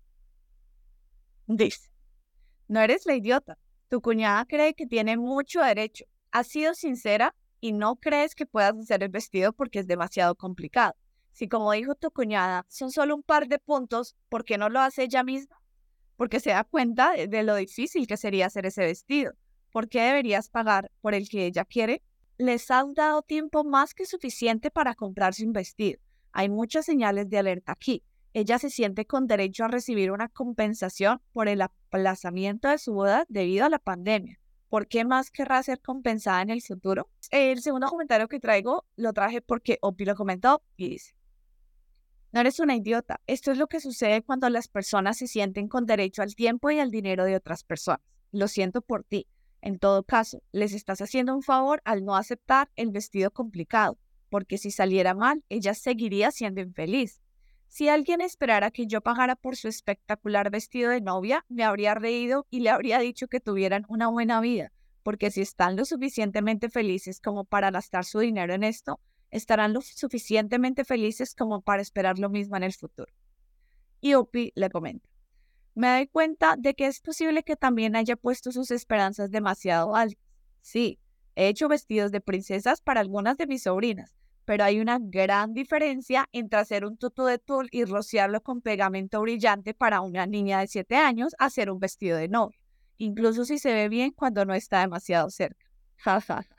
Dice, no eres la idiota. Tu cuñada cree que tiene mucho derecho. Has sido sincera y no crees que puedas hacer el vestido porque es demasiado complicado. Si, como dijo tu cuñada, son solo un par de puntos, ¿por qué no lo hace ella misma? Porque se da cuenta de, de lo difícil que sería hacer ese vestido. ¿Por qué deberías pagar por el que ella quiere? Les has dado tiempo más que suficiente para comprarse un vestido. Hay muchas señales de alerta aquí. Ella se siente con derecho a recibir una compensación por el aplazamiento de su boda debido a la pandemia. ¿Por qué más querrá ser compensada en el futuro? El segundo comentario que traigo lo traje porque Opi lo comentó y dice, no eres una idiota. Esto es lo que sucede cuando las personas se sienten con derecho al tiempo y al dinero de otras personas. Lo siento por ti. En todo caso, les estás haciendo un favor al no aceptar el vestido complicado, porque si saliera mal, ella seguiría siendo infeliz. Si alguien esperara que yo pagara por su espectacular vestido de novia, me habría reído y le habría dicho que tuvieran una buena vida, porque si están lo suficientemente felices como para gastar su dinero en esto, estarán lo suficientemente felices como para esperar lo mismo en el futuro. Y Opie le comenta, me doy cuenta de que es posible que también haya puesto sus esperanzas demasiado altas. Sí, he hecho vestidos de princesas para algunas de mis sobrinas, pero hay una gran diferencia entre hacer un tutú de tul y rociarlo con pegamento brillante para una niña de siete años a hacer un vestido de novia, incluso si se ve bien cuando no está demasiado cerca. Ja, ja, ja.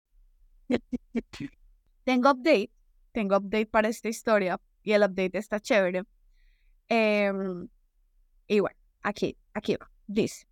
Tengo update, tengo update para esta historia y el update está chévere. Em, y bueno, aquí, aquí va. Dice,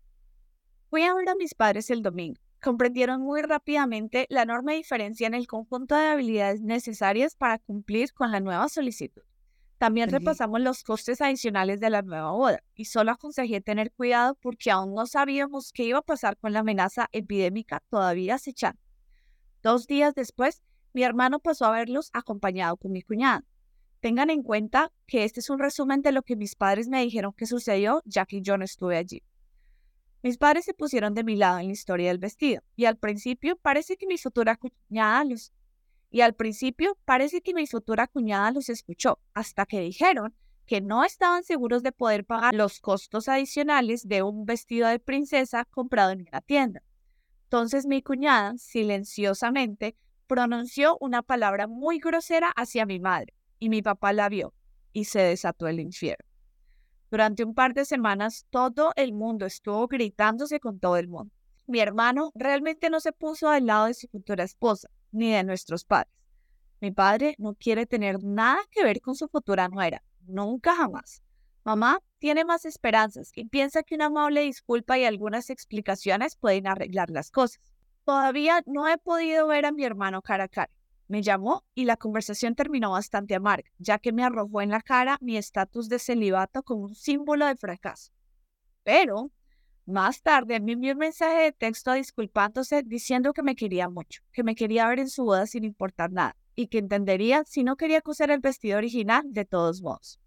fui a ver a mis padres el domingo. Comprendieron muy rápidamente la enorme diferencia en el conjunto de habilidades necesarias para cumplir con la nueva solicitud. También repasamos los costes adicionales de la nueva boda y solo aconsejé tener cuidado porque aún no sabíamos qué iba a pasar con la amenaza epidémica todavía acechando. Dos días después, mi hermano pasó a verlos acompañado con mi cuñada. Tengan en cuenta que este es un resumen de lo que mis padres me dijeron que sucedió, ya que yo no estuve allí. Mis padres se pusieron de mi lado en la historia del vestido, y al principio parece que mi futura cuñada los, y al principio parece que mi futura cuñada los escuchó, hasta que dijeron que no estaban seguros de poder pagar los costos adicionales de un vestido de princesa comprado en una tienda. Entonces mi cuñada, silenciosamente, pronunció una palabra muy grosera hacia mi madre, y mi papá la vio, y se desató el infierno. Durante un par de semanas, todo el mundo estuvo gritándose con todo el mundo. Mi hermano realmente no se puso al lado de su futura esposa, ni de nuestros padres. Mi padre no quiere tener nada que ver con su futura nuera, nunca jamás. Mamá tiene más esperanzas y piensa que una amable disculpa y algunas explicaciones pueden arreglar las cosas. Todavía no he podido ver a mi hermano cara a cara. Me llamó y la conversación terminó bastante amarga, ya que me arrojó en la cara mi estatus de celibato como un símbolo de fracaso. Pero más tarde me envió un mensaje de texto disculpándose diciendo que me quería mucho, que me quería ver en su boda sin importar nada y que entendería si no quería coser el vestido original de todos modos.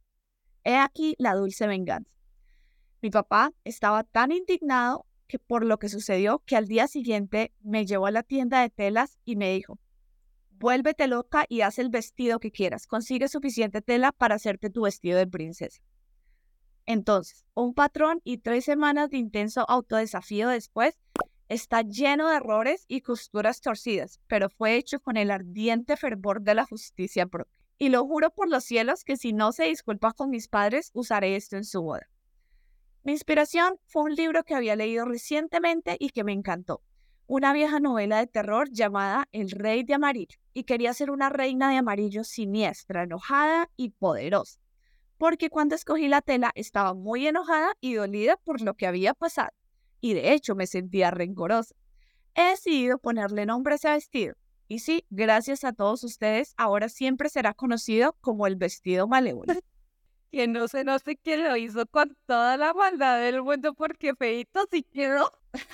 He aquí la dulce venganza. Mi papá estaba tan indignado que por lo que sucedió que al día siguiente me llevó a la tienda de telas y me dijo: vuélvete loca y haz el vestido que quieras. Consigue suficiente tela para hacerte tu vestido de princesa. Entonces, un patrón y tres semanas de intenso autodesafío después, está lleno de errores y costuras torcidas, pero fue hecho con el ardiente fervor de la justicia propia. Y lo juro por los cielos que si no se disculpa con mis padres, usaré esto en su boda. Mi inspiración fue un libro que había leído recientemente y que me encantó. Una vieja novela de terror llamada El Rey de Amarillo, y quería ser una reina de amarillo siniestra, enojada y poderosa, porque cuando escogí la tela estaba muy enojada y dolida por lo que había pasado, y de hecho me sentía rencorosa. He decidido ponerle nombre a ese vestido, y sí, gracias a todos ustedes, ahora siempre será conocido como el vestido malévolo. Que no se no sé quién lo hizo con toda la maldad del mundo porque feíto sí quedó.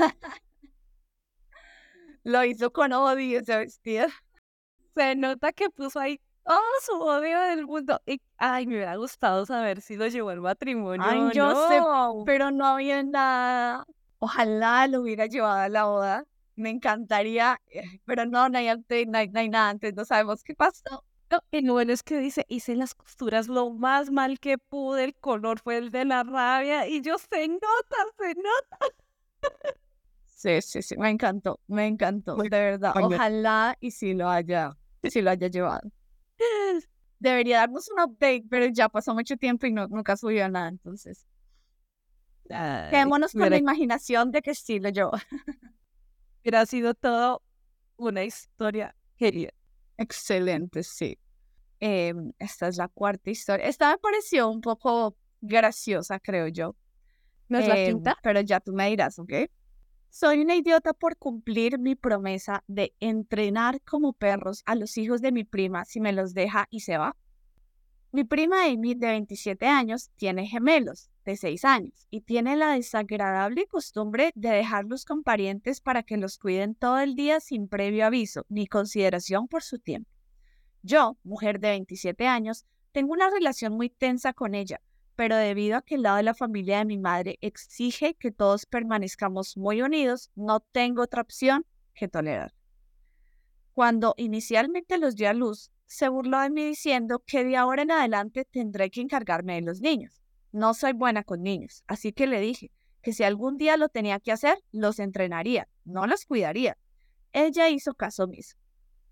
Lo hizo con odio ese vestido. Se nota que puso ahí todo su odio del mundo. Y, ay, me hubiera gustado saber si lo llevó al matrimonio Ay, o yo sé, no. pero no había nada. Ojalá lo hubiera llevado a la boda. Me encantaría, eh, pero no, no hay, update, no hay, no hay nada, entonces no sabemos qué pasó. No, y lo bueno es que dice, hice las costuras lo más mal que pude, el color fue el de la rabia, y yo, se nota, se nota. Sí, sí, sí, me encantó, me encantó, Muy de verdad. bueno. Ojalá y sí lo haya, sí lo haya llevado. Debería darnos un update, pero ya pasó mucho tiempo y no, nunca subió nada, entonces. Ay, Quedémonos con hubiera, la imaginación de que sí lo llevó. hubiera sido todo una historia genial. Excelente, sí. Eh, esta es la cuarta historia. Esta me pareció un poco graciosa, creo yo. ¿No es la Eh, quinta? pero ya tú me dirás, ¿ok? Soy una idiota por cumplir mi promesa de entrenar como perros a los hijos de mi prima si me los deja y se va. Mi prima Amy, de veintisiete años, tiene gemelos de seis años y tiene la desagradable costumbre de dejarlos con parientes para que los cuiden todo el día sin previo aviso ni consideración por su tiempo. Yo, mujer de veintisiete años, tengo una relación muy tensa con ella, pero debido a que el lado de la familia de mi madre exige que todos permanezcamos muy unidos, no tengo otra opción que tolerar. Cuando inicialmente los dio a luz, se burló de mí diciendo que de ahora en adelante tendré que encargarme de los niños. No soy buena con niños, así que le dije que si algún día lo tenía que hacer, los entrenaría, no los cuidaría. Ella hizo caso omiso.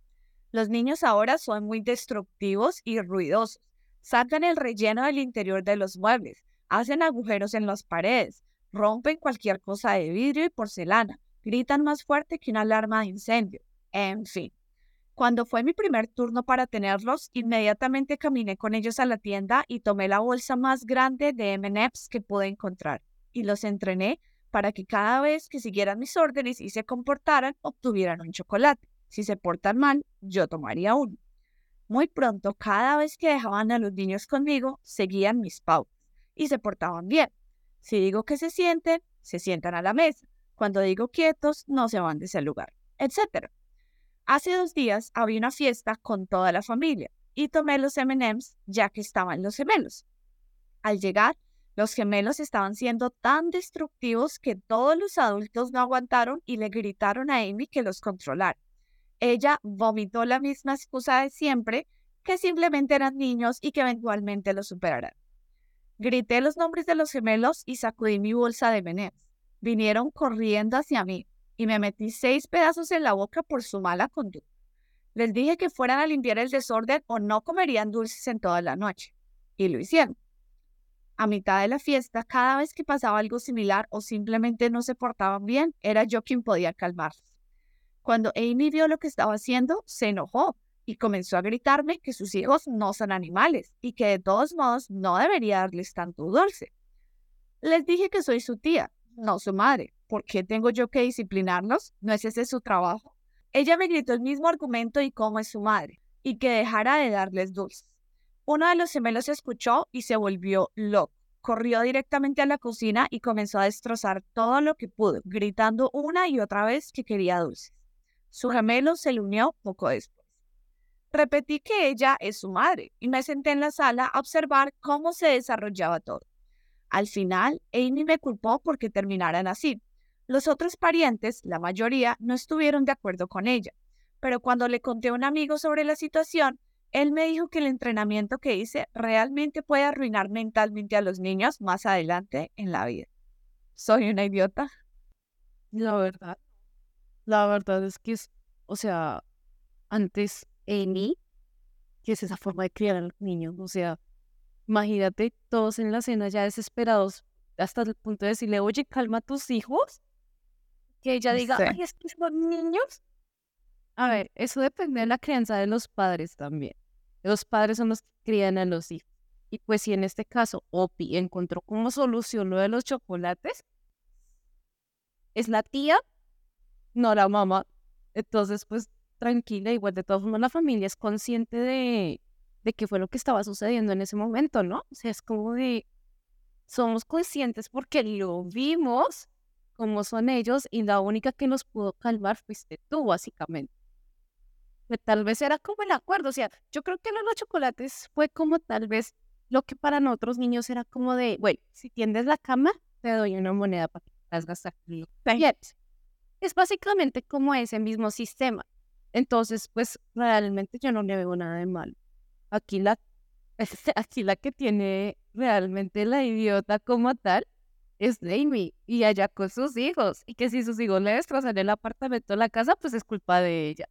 Los niños ahora son muy destructivos y ruidosos. Sacan el relleno del interior de los muebles, hacen agujeros en las paredes, rompen cualquier cosa de vidrio y porcelana, gritan más fuerte que una alarma de incendio. En fin, cuando fue mi primer turno para tenerlos, inmediatamente caminé con ellos a la tienda y tomé la bolsa más grande de eme and eme's que pude encontrar y los entrené para que cada vez que siguieran mis órdenes y se comportaran, obtuvieran un chocolate. Si se portan mal, yo tomaría uno. Muy pronto, cada vez que dejaban a los niños conmigo, seguían mis pautas y se portaban bien. Si digo que se sienten, se sientan a la mesa. Cuando digo quietos, no se van de ese lugar, etcétera. Hace dos días había una fiesta con toda la familia y tomé los eme and eme's ya que estaban los gemelos. Al llegar, los gemelos estaban siendo tan destructivos que todos los adultos no aguantaron y le gritaron a Amy que los controlara. Ella vomitó la misma excusa de siempre, que simplemente eran niños y que eventualmente los superarán. Grité los nombres de los gemelos y sacudí mi bolsa de eme and eme's. Vinieron corriendo hacia mí y me metí seis pedazos en la boca por su mala conducta. Les dije que fueran a limpiar el desorden o no comerían dulces en toda la noche. Y lo hicieron. A mitad de la fiesta, cada vez que pasaba algo similar o simplemente no se portaban bien, era yo quien podía calmarlos. Cuando Amy vio lo que estaba haciendo, se enojó y comenzó a gritarme que sus hijos no son animales y que de todos modos no debería darles tanto dulce. Les dije que soy su tía, no su madre. ¿Por qué tengo yo que disciplinarlos? ¿No es ese su trabajo? Ella me gritó el mismo argumento y cómo es su madre, y que dejara de darles dulces. Uno de los gemelos escuchó y se volvió loco. Corrió directamente a la cocina y comenzó a destrozar todo lo que pudo, gritando una y otra vez que quería dulces. Su gemelo se le unió poco después. Repetí que ella es su madre y me senté en la sala a observar cómo se desarrollaba todo. Al final, Amy me culpó porque terminaran así. Los otros parientes, la mayoría, no estuvieron de acuerdo con ella, pero cuando le conté a un amigo sobre la situación, él me dijo que el entrenamiento que hice realmente puede arruinar mentalmente a los niños más adelante en la vida. ¿Soy una idiota? La verdad, la verdad es que es, o sea, antes Amy, que es esa forma de criar a los niños, o sea, imagínate todos en la cena ya desesperados hasta el punto de decirle, oye, calma a tus hijos, que ella diga, Sí. ay, es que son niños. A ver, eso depende de la crianza de los padres también. Los padres son los que crían a los hijos. Y pues si en este caso Opi encontró como solución lo de los chocolates, es la tía, no la mamá. Entonces, pues tranquila, igual de todas formas la familia es consciente de, de qué fue lo que estaba sucediendo en ese momento, ¿no? O sea, es como de, somos conscientes porque lo vimos, como son ellos, y la única que nos pudo calmar fuiste tú, básicamente. Que tal vez era como el acuerdo, o sea, yo creo que lo de los chocolates fue como tal vez lo que para nosotros niños era como de, bueno, si tiendes la cama, te doy una moneda para que puedas gastar lo que Sí. quieres. Es básicamente como ese mismo sistema. Entonces, pues realmente yo no le veo nada de malo. Aquí la, aquí la que tiene realmente la idiota como tal es Amy y allá con sus hijos. Y que si sus hijos le destrozan el apartamento o la casa, pues es culpa de ella.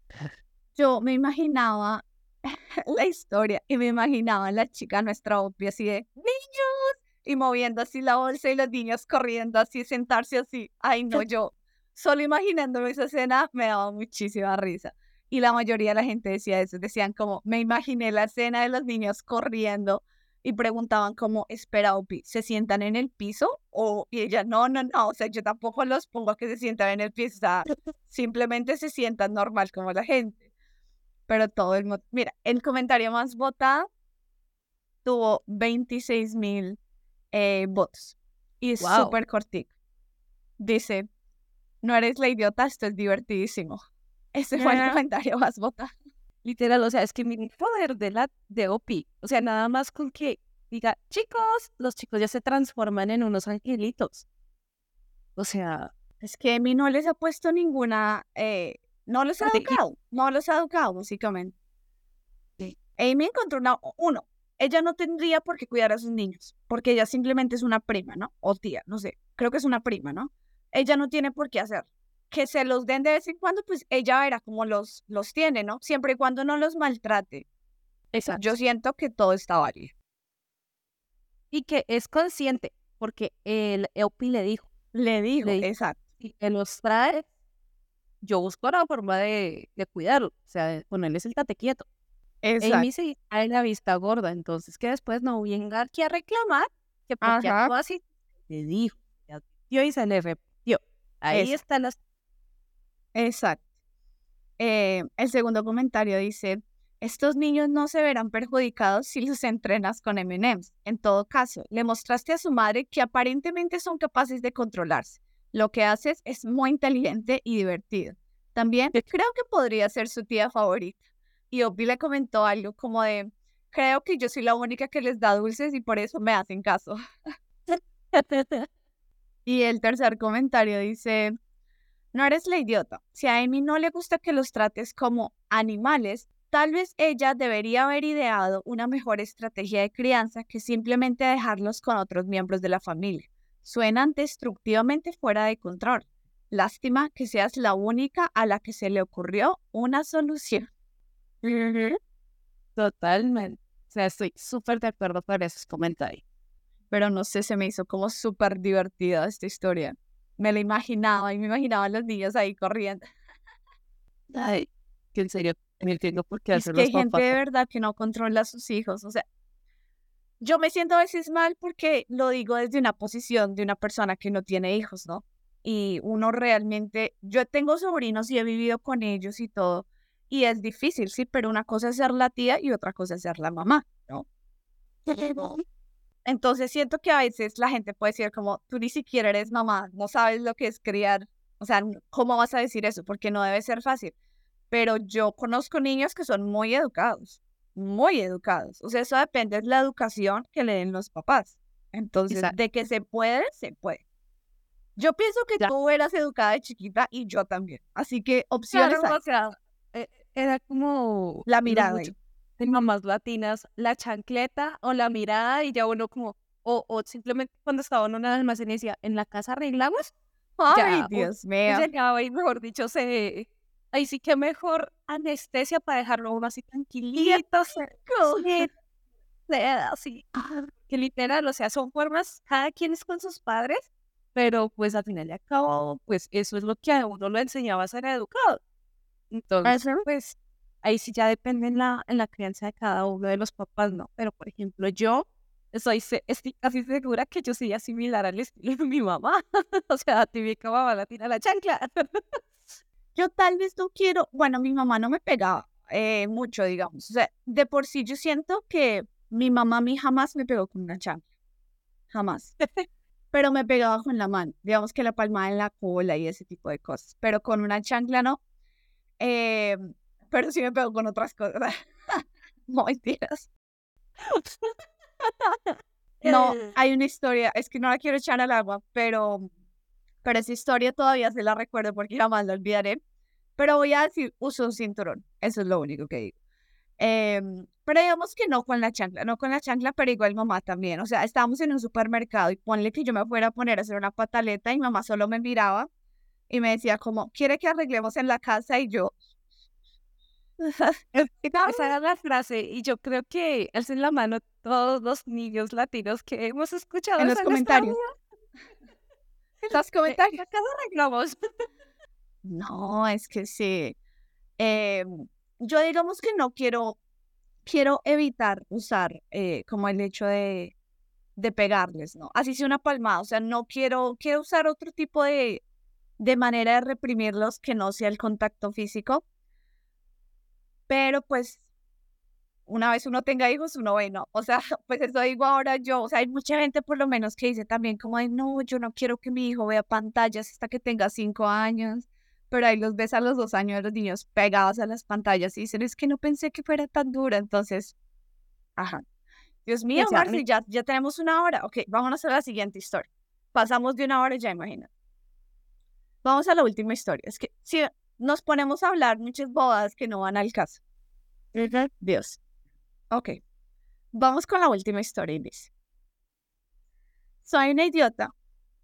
Yo me imaginaba la historia y me imaginaba a la chica, nuestra Opie, así de ¡niños! Y moviendo así la bolsa y los niños corriendo así, sentarse así. Ay, no, yo solo imaginándome esa escena me daba muchísima risa. Y la mayoría de la gente decía eso, decían como, me imaginé la escena de los niños corriendo y preguntaban como, espera, Opi, ¿se sientan en el piso? O, y ella, no, no, no, o sea, yo tampoco los pongo a que se sientan en el piso, o sea, simplemente se sientan normal como la gente. Pero todo el mundo, mira, el comentario más votado tuvo veintiséis mil eh, votos y es Wow. súper cortico. Dice, no eres la idiota, esto es divertidísimo. Ese fue el Yeah. comentario más votado. Literal, o sea, es que mi poder de la de Opi, o sea, nada más con que diga, chicos, los chicos ya se transforman en unos angelitos. O sea, Es que Emi no les ha puesto ninguna, eh, no los ha de- educado, no los ha educado, básicamente. Sí. Amy encontró una, uno, ella no tendría por qué cuidar a sus niños, porque ella simplemente es una prima, ¿no? O tía, no sé, creo que es una prima, ¿no? Ella no tiene por qué hacer. que se los den de vez en cuando, pues ella verá cómo los, los tiene, ¿no? Siempre y cuando no los maltrate. Exacto. Yo siento que todo está válido. Y que es consciente, porque el Eupi le dijo, Le digo, le dijo, exacto. si te los traes, yo busco la forma de, de cuidarlo, o sea, de ponerles el tate quieto. Exacto. Amy se cae la vista gorda, entonces que después no venga aquí a reclamar que porque Ajá. actuó así, le dijo, le advirtió y se le repitió. Ahí Eso. están las... Exacto. Eh, el segundo comentario dice, estos niños no se verán perjudicados si los entrenas con eme and eme's. En todo caso, le mostraste a su madre que aparentemente son capaces de controlarse. Lo que haces es muy inteligente y divertido. También creo que podría ser su tía favorita. Y Opie le comentó algo como de, creo que yo soy la única que les da dulces y por eso me hacen caso. Y el tercer comentario dice, no eres la idiota. Si a Amy no le gusta que los trates como animales, tal vez ella debería haber ideado una mejor estrategia de crianza que simplemente dejarlos con otros miembros de la familia. Suenan destructivamente fuera de control. Lástima que seas la única a la que se le ocurrió una solución. Totalmente. O sea, estoy súper de acuerdo con esos comentarios. Pero no sé, se me hizo como súper divertida esta historia. Me la imaginaba y me imaginaba a los niños ahí corriendo. Ay, que en serio, no entiendo por qué Es hacen que los hay gente papás. de verdad que no controla a sus hijos. O sea, yo me siento a veces mal porque lo digo desde una posición de una persona que no tiene hijos, ¿no? Y uno realmente, yo tengo sobrinos y he vivido con ellos y todo, y es difícil, sí, pero una cosa es ser la tía y otra cosa es ser la mamá, ¿no? Entonces siento que a veces la gente puede decir como, tú ni siquiera eres mamá, no sabes lo que es criar, o sea, ¿cómo vas a decir eso? Porque no debe ser fácil. Pero yo conozco niños que son muy educados, muy educados. O sea, eso depende de la educación que le den los papás. Entonces, Exacto. de que se puede, se puede. Yo pienso que Ya. tú eras educada de chiquita y yo también. Así que opciones Claro, hay. o sea, eh, era como La los mirada muchos ahí. de mamás latinas, la chancleta o la mirada y ya uno como, o, o simplemente cuando estaba uno en la almacén y decía, en la casa arreglamos, Ay, ya uno Dios mío. llegaba y mejor dicho se, ahí sí que mejor anestesia para dejarlo a uno así tranquilito, se- sí, se- así, ah, que literal, o sea, son formas, cada quien es con sus padres, pero pues al final y al cabo, pues eso es lo que a uno lo enseñaba a ser educado. Entonces, Ajá. pues, ahí sí ya depende en la, en la crianza de cada uno de los papás, ¿no? Pero, por ejemplo, yo estoy, se- estoy casi segura que yo sería similar al estilo de mi mamá. O sea, típica mamá latina, la chancla. Yo tal vez no quiero, bueno, mi mamá no me pegaba eh, mucho, digamos. O sea, de por sí yo siento que mi mamá a mí jamás me pegó con una chancla, jamás. Pero me pegaba con la mano, digamos que la palmada en la cola y ese tipo de cosas. Pero con una chancla no. Eh, pero sí me pegó con otras cosas. No mentiras. No, Eh, hay una historia, es que no la quiero echar al agua, pero, pero esa historia todavía se la recuerdo porque jamás la olvidaré. Pero voy a decir, uso un cinturón. Eso es lo único que digo. Em, pero digamos que no con la chancla, no con la chancla, pero igual mamá también. O sea, estábamos en un supermercado y ponle que yo me fuera a poner a hacer una pataleta y mamá solo me miraba y me decía como, ¿quiere que arreglemos en la casa? Y yo, es- Esa era la frase, y yo creo que alcen la mano todos los niños latinos que hemos escuchado en eso los en nuestra vida. comentarios, en los Eh, comentarios. ¿La casa arreglamos? No, es que sí. Em, yo digamos que no quiero, quiero evitar usar eh, como el hecho de, de pegarles, ¿no? Así sea una palmada, o sea, no quiero, quiero usar otro tipo de, de manera de reprimirlos que no sea el contacto físico, pero pues una vez uno tenga hijos, uno ve, ¿no? O sea, pues eso digo ahora yo, o sea, hay mucha gente por lo menos que dice también como de, no, yo no quiero que mi hijo vea pantallas hasta que tenga cinco años, pero ahí los ves a los dos años de los niños pegados a las pantallas y dicen, es que no pensé que fuera tan dura, entonces, ajá. Dios O mío, sea, Marci, ya, ya tenemos una hora. Ok, vámonos a la siguiente historia. Pasamos de una hora, ya imagino. Vamos a la última historia. Es que si nos ponemos a hablar muchas bobadas que no van al caso. ujú. Dios. Ok, vamos con la última historia y dice, soy una idiota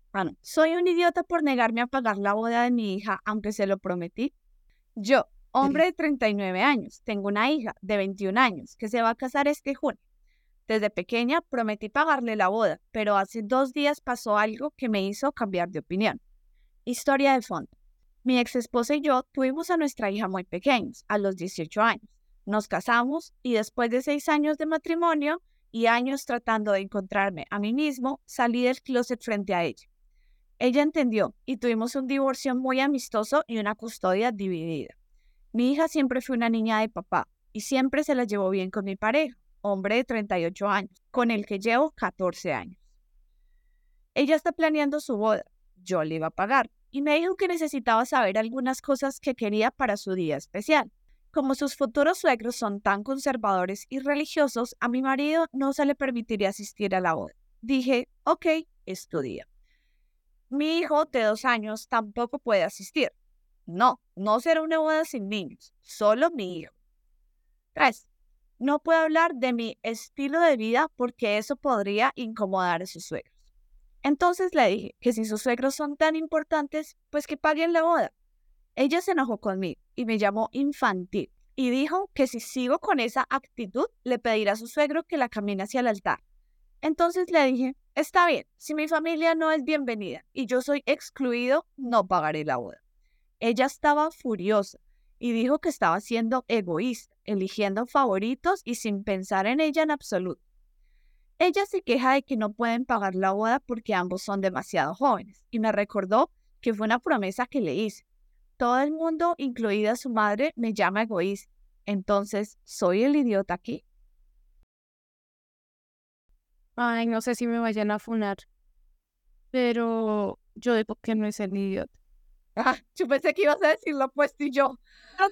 Bueno, soy un idiota por negarme a pagar la boda de mi hija, aunque se lo prometí. Yo, hombre de treinta y nueve años, tengo una hija de veintiún años que se va a casar este junio. Desde pequeña prometí pagarle la boda, pero hace dos días pasó algo que me hizo cambiar de opinión. Historia de fondo. Mi ex esposa y yo tuvimos a nuestra hija muy pequeños, a los dieciocho años. Nos casamos y después de seis años de matrimonio y años tratando de encontrarme a mí mismo, salí del closet frente a ella. Ella entendió y tuvimos un divorcio muy amistoso y una custodia dividida. Mi hija siempre fue una niña de papá y siempre se la llevó bien con mi pareja, hombre de treinta y ocho años, con el que llevo catorce años. Ella está planeando su boda, yo le iba a pagar, y me dijo que necesitaba saber algunas cosas que quería para su día especial. Como sus futuros suegros son tan conservadores y religiosos, a mi marido no se le permitiría asistir a la boda. Dije, ok, es tu día. Mi hijo de dos años tampoco puede asistir. No, no será una boda sin niños, solo mi hijo. Tres, no puedo hablar de mi estilo de vida porque eso podría incomodar a sus suegros. Entonces le dije que si sus suegros son tan importantes, pues que paguen la boda. Ella se enojó conmigo y me llamó infantil y dijo que si sigo con esa actitud, le pedirá a su suegro que la camine hacia el altar. Entonces le dije, está bien, si mi familia no es bienvenida y yo soy excluido, no pagaré la boda. Ella estaba furiosa y dijo que estaba siendo egoísta, eligiendo favoritos y sin pensar en ella en absoluto. Ella se queja de que no pueden pagar la boda porque ambos son demasiado jóvenes y me recordó que fue una promesa que le hice. Todo el mundo, incluida su madre, me llama egoísta. Entonces, ¿soy el idiota aquí? Ay, no sé si me vayan a funar, pero yo digo que no es el idiota. Ah, yo pensé que ibas a decir lo opuesto y yo.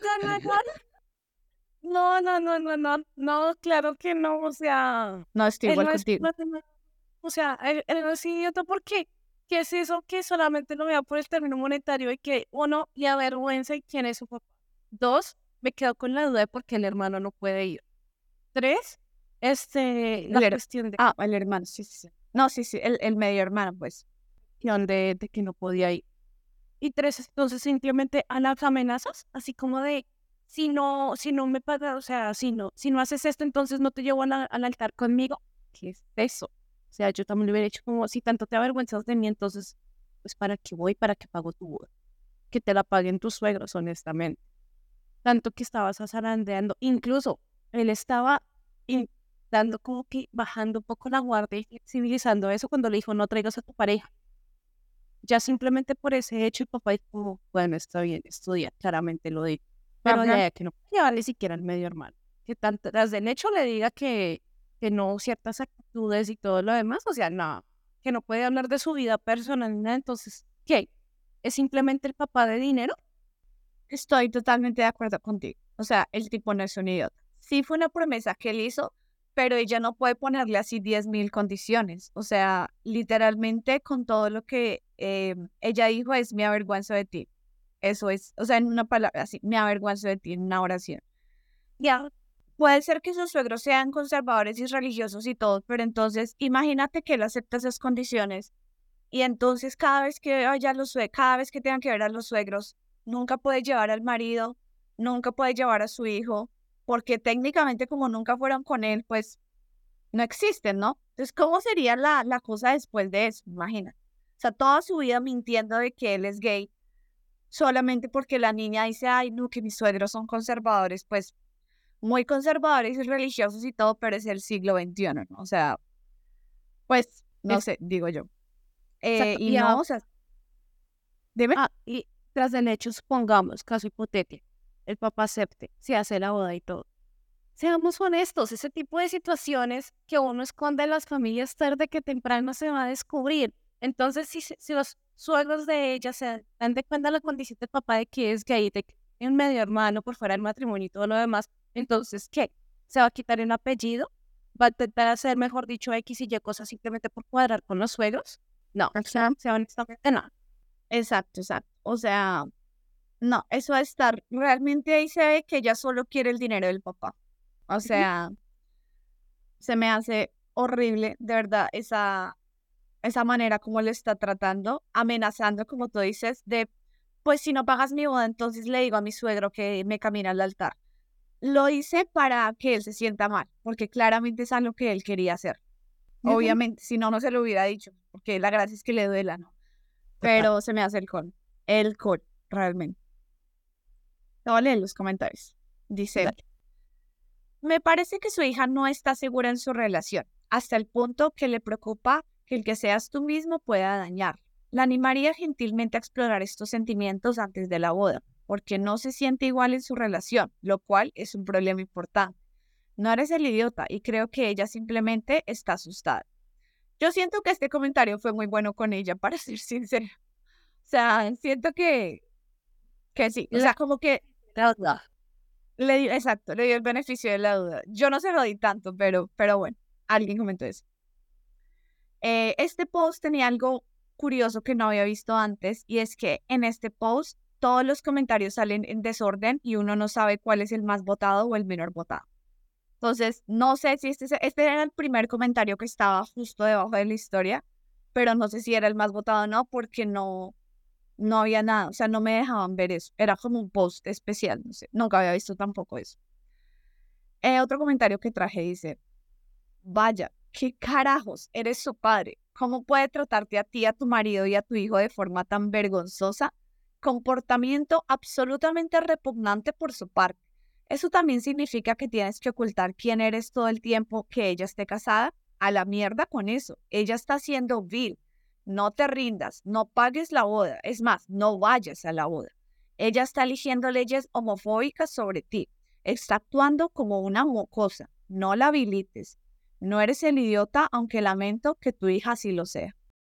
No, no, no, no, no, no, claro que no, o sea, No, estoy él igual no es, contigo. no, no, o sea, él, él no es idiota, ¿por qué? ¿Qué es eso que solamente lo vea por el término monetario y que, uno, le avergüenza y quién es su papá? Dos, me quedo con la duda de por qué el hermano no puede ir. Tres, este, la El her- cuestión de, ah, el hermano, sí, sí, sí. No, sí, sí, el, el medio hermano, pues. de, de que no podía ir. Y tres, entonces simplemente a las amenazas, así como de, si no, si no me pagas, o sea, si no, si no haces esto, entonces no te llevo a la- al altar conmigo. ¿Qué es eso? O sea, yo también lo hubiera hecho como, si tanto te avergüenzas de mí, entonces, pues, ¿para qué voy? ¿Para qué pago tu boda? Que te la paguen tus suegros, honestamente. Tanto que estabas zarandeando, incluso él estaba in- dando como que bajando un poco la guardia y flexibilizando eso cuando le dijo, no traigas a tu pareja. Ya simplemente por ese hecho, el papá dijo, bueno, está bien, estudia, claramente lo dijo. Pero de Ajá. ahí a que no puede llevarle siquiera al medio hermano. Que tanto, tras del hecho le diga que, que no ciertas actitudes y todo lo demás, o sea, no, que no puede hablar de su vida personal ni nada. Entonces, ¿qué? ¿Es simplemente el papá de dinero? Estoy totalmente de acuerdo contigo. O sea, el tipo no es un idiota. Sí fue una promesa que él hizo, pero ella no puede ponerle así diez mil condiciones. O sea, literalmente con todo lo que eh, ella dijo es me avergüenzo de ti. Eso es, o sea, en una palabra así, me avergüenzo de ti, en una oración. Ya, puede ser que sus suegros sean conservadores y religiosos y todo, pero entonces imagínate que él acepta esas condiciones y entonces cada vez que vaya a los sue- cada vez que tengan que ver a los suegros, nunca puede llevar al marido, nunca puede llevar a su hijo, porque técnicamente como nunca fueron con él, pues no existen, ¿no? Entonces, ¿cómo sería la, la cosa después de eso? Imagina. O sea, toda su vida mintiendo de que él es gay, solamente porque la niña dice, ay, no, que mis suegros son conservadores, pues muy conservadores y religiosos y todo, pero es el siglo veintiuno, ¿no? O sea, pues, no Es, sé, digo yo. Eh, exacto. y Y, no, a- o sea, dime. ah, y tras del hecho, supongamos, caso hipotético, el papá acepte, se hace la boda y todo. Seamos honestos, ese tipo de situaciones que uno esconde en las familias tarde que temprano se va a descubrir. Entonces, si, se- si los suegros de ella se dan de cuenta de la condición del papá de que es gay, de que es un medio hermano por fuera del matrimonio y todo lo demás, entonces, ¿qué? ¿Se va a quitar un apellido? ¿Va a intentar hacer, mejor dicho, X y Y cosas simplemente por cuadrar con los suegros? No, Exacto, se honestamente no. exacto, exacto. O sea, no, eso va a estar, realmente ahí se ve que ella solo quiere el dinero del papá. O Ujú. sea, se me hace horrible, de verdad, esa, esa manera como le está tratando, amenazando, como tú dices, de, pues si no pagas mi boda, entonces le digo a mi suegro que me camine al altar. Lo hice para que él se sienta mal, porque claramente es algo que él quería hacer. Ujú. Obviamente, si no, no se lo hubiera dicho, porque la gracia es que le duela, ¿no? Total, Pero se me hace el con, el con, realmente. Te voy a leer los comentarios. Dice, dale. me parece que su hija no está segura en su relación, hasta el punto que le preocupa que el que seas tú mismo pueda dañar. La animaría gentilmente a explorar estos sentimientos antes de la boda, porque no se siente igual en su relación, lo cual es un problema importante. No eres el idiota y creo que ella simplemente está asustada. Yo siento que este comentario fue muy bueno con ella, para ser sincera. O sea, siento que, que sí. O La sea, como que verdad. le dio, exacto, le dio el beneficio de la duda. Yo no se lo di tanto, pero, pero bueno, alguien comentó eso. Eh, este post tenía algo curioso que no había visto antes, y es que en este post todos los comentarios salen en desorden y uno no sabe cuál es el más votado o el menor votado. Entonces, no sé si este, se- este era el primer comentario que estaba justo debajo de la historia, pero no sé si era el más votado o no, porque no, no había nada, o sea, no me dejaban ver eso. Era como un post especial, no sé, nunca había visto tampoco eso. Eh, otro comentario que traje dice, vaya, ¿qué carajos? Eres su padre. ¿Cómo puede tratarte a ti, a tu marido y a tu hijo de forma tan vergonzosa? Comportamiento absolutamente repugnante por su parte. ¿Eso también significa que tienes que ocultar quién eres todo el tiempo que ella esté casada? A la mierda con eso. Ella está siendo vil. No te rindas, no pagues la boda. Es más, no vayas a la boda. Ella está eligiendo leyes homofóbicas sobre ti. Está actuando como una mocosa. No la habilites. No eres el idiota, aunque lamento que tu hija sí lo sea.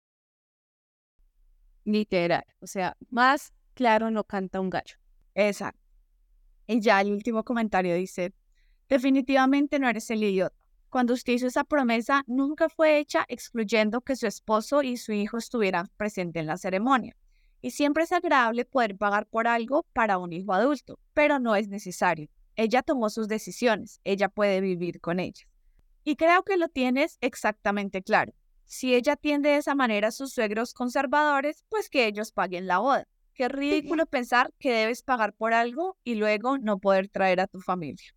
Literal. O sea, más claro no canta un gallo. Exacto. Y ya el último comentario dice, definitivamente no eres el idiota. Cuando usted hizo esa promesa, nunca fue hecha excluyendo que su esposo y su hijo estuvieran presentes en la ceremonia. Y siempre es agradable poder pagar por algo para un hijo adulto, pero no es necesario. Ella tomó sus decisiones, ella puede vivir con ellas. Y creo que lo tienes exactamente claro. Si ella atiende de esa manera a sus suegros conservadores, pues que ellos paguen la boda. Qué ridículo pensar que debes pagar por algo y luego no poder traer a tu familia.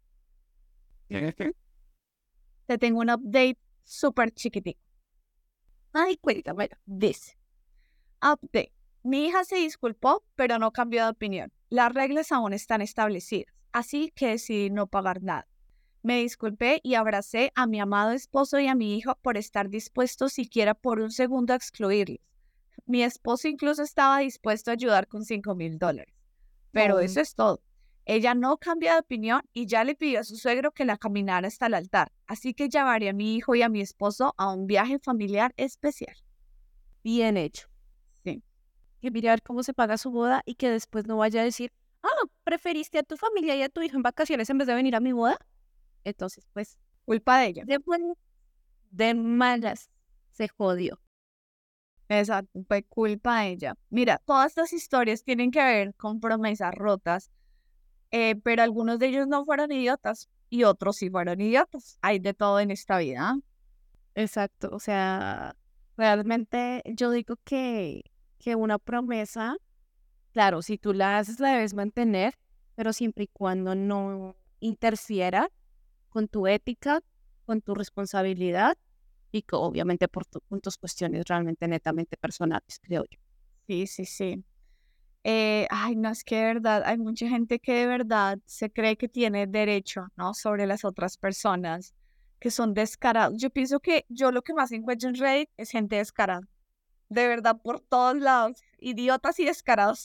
Te tengo un update súper chiquitico. Ay, cuéntamelo. Dice, update. Mi hija se disculpó, pero no cambió de opinión. Las reglas aún están establecidas, así que decidí no pagar nada. Me disculpé y abracé a mi amado esposo y a mi hijo por estar dispuesto siquiera por un segundo a excluirlos. Mi esposo incluso estaba dispuesto a ayudar con cinco mil dólares. Pero No. eso es todo. Ella no cambia de opinión y ya le pidió a su suegro que la caminara hasta el altar. Así que llevaré a mi hijo y a mi esposo a un viaje familiar especial. Bien hecho. Sí, Que mirar cómo se paga su boda y que después no vaya a decir, ah, preferiste a tu familia y a tu hijo en vacaciones en vez de venir a mi boda. Entonces, pues, culpa de ella. de buenas, de malas, se jodió. Exacto, fue culpa de ella. Mira, todas estas historias tienen que ver con promesas rotas, eh, pero algunos de ellos no fueron idiotas y otros sí fueron idiotas. Hay de todo en esta vida. Exacto, o sea, realmente yo digo que, que una promesa, claro, si tú la haces la debes mantener, pero siempre y cuando no interfiera con tu ética, con tu responsabilidad y que obviamente por tu- con tus cuestiones realmente netamente personales, creo yo. Sí, sí, sí. Eh, ay, no, es que de verdad, hay mucha gente que de verdad se cree que tiene derecho, ¿no? Sobre las otras personas que son descarados. Yo pienso que yo lo que más encuentro en Reddit es gente descarada. De verdad, por todos lados. Idiotas y descarados.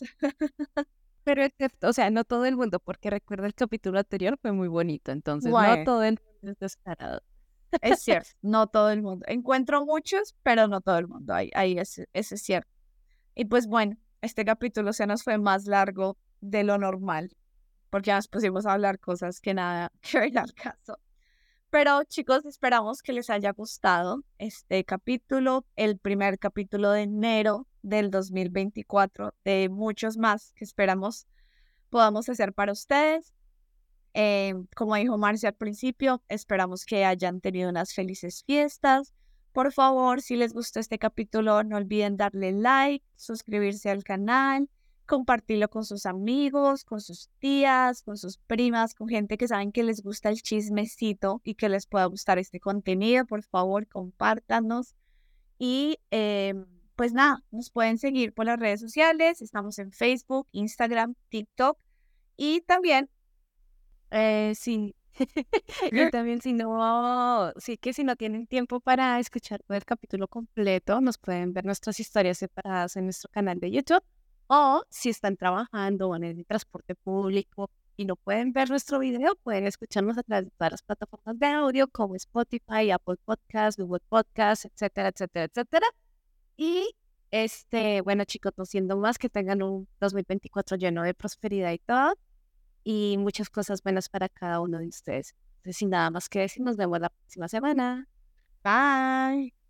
Pero excepto, o sea, no todo el mundo, porque recuerda el capítulo anterior fue muy bonito, entonces no Bueno, todo el mundo es descarado. es cierto, no todo el mundo. Encuentro muchos, pero no todo el mundo. Ahí, ahí es, eso es cierto. Y pues bueno, este capítulo se nos fue más largo de lo normal, porque ya nos pusimos a hablar cosas que nada que ver al caso. Pero chicos, esperamos que les haya gustado este capítulo, el primer capítulo de enero del dos mil veinticuatro, de muchos más que esperamos podamos hacer para ustedes. Eh, como dijo Marcia al principio, esperamos que hayan tenido unas felices fiestas, Por favor, si les gustó este capítulo, no olviden darle like, suscribirse al canal, compartirlo con sus amigos, con sus tías, con sus primas, con gente que saben que les gusta el chismecito y que les pueda gustar este contenido. Por favor, compártanos. Y eh, pues nada, nos pueden seguir por las redes sociales. Estamos en Facebook, Instagram, TikTok y también Eh, sí. Y también si no, sí que si no tienen tiempo para escuchar todo el capítulo completo, nos pueden ver nuestras historias separadas en nuestro canal de YouTube. O si están trabajando o en el transporte público y no pueden ver nuestro video, pueden escucharnos a través de todas las plataformas de audio como Spotify, Apple Podcasts, Google Podcasts, etcétera, etcétera, etcétera. Y este, bueno, chicos, no siendo más, que tengan un dos mil veinticuatro lleno de prosperidad y todo, y muchas cosas buenas para cada uno de ustedes. Entonces, sin nada más que decir, nos vemos la próxima semana. bye.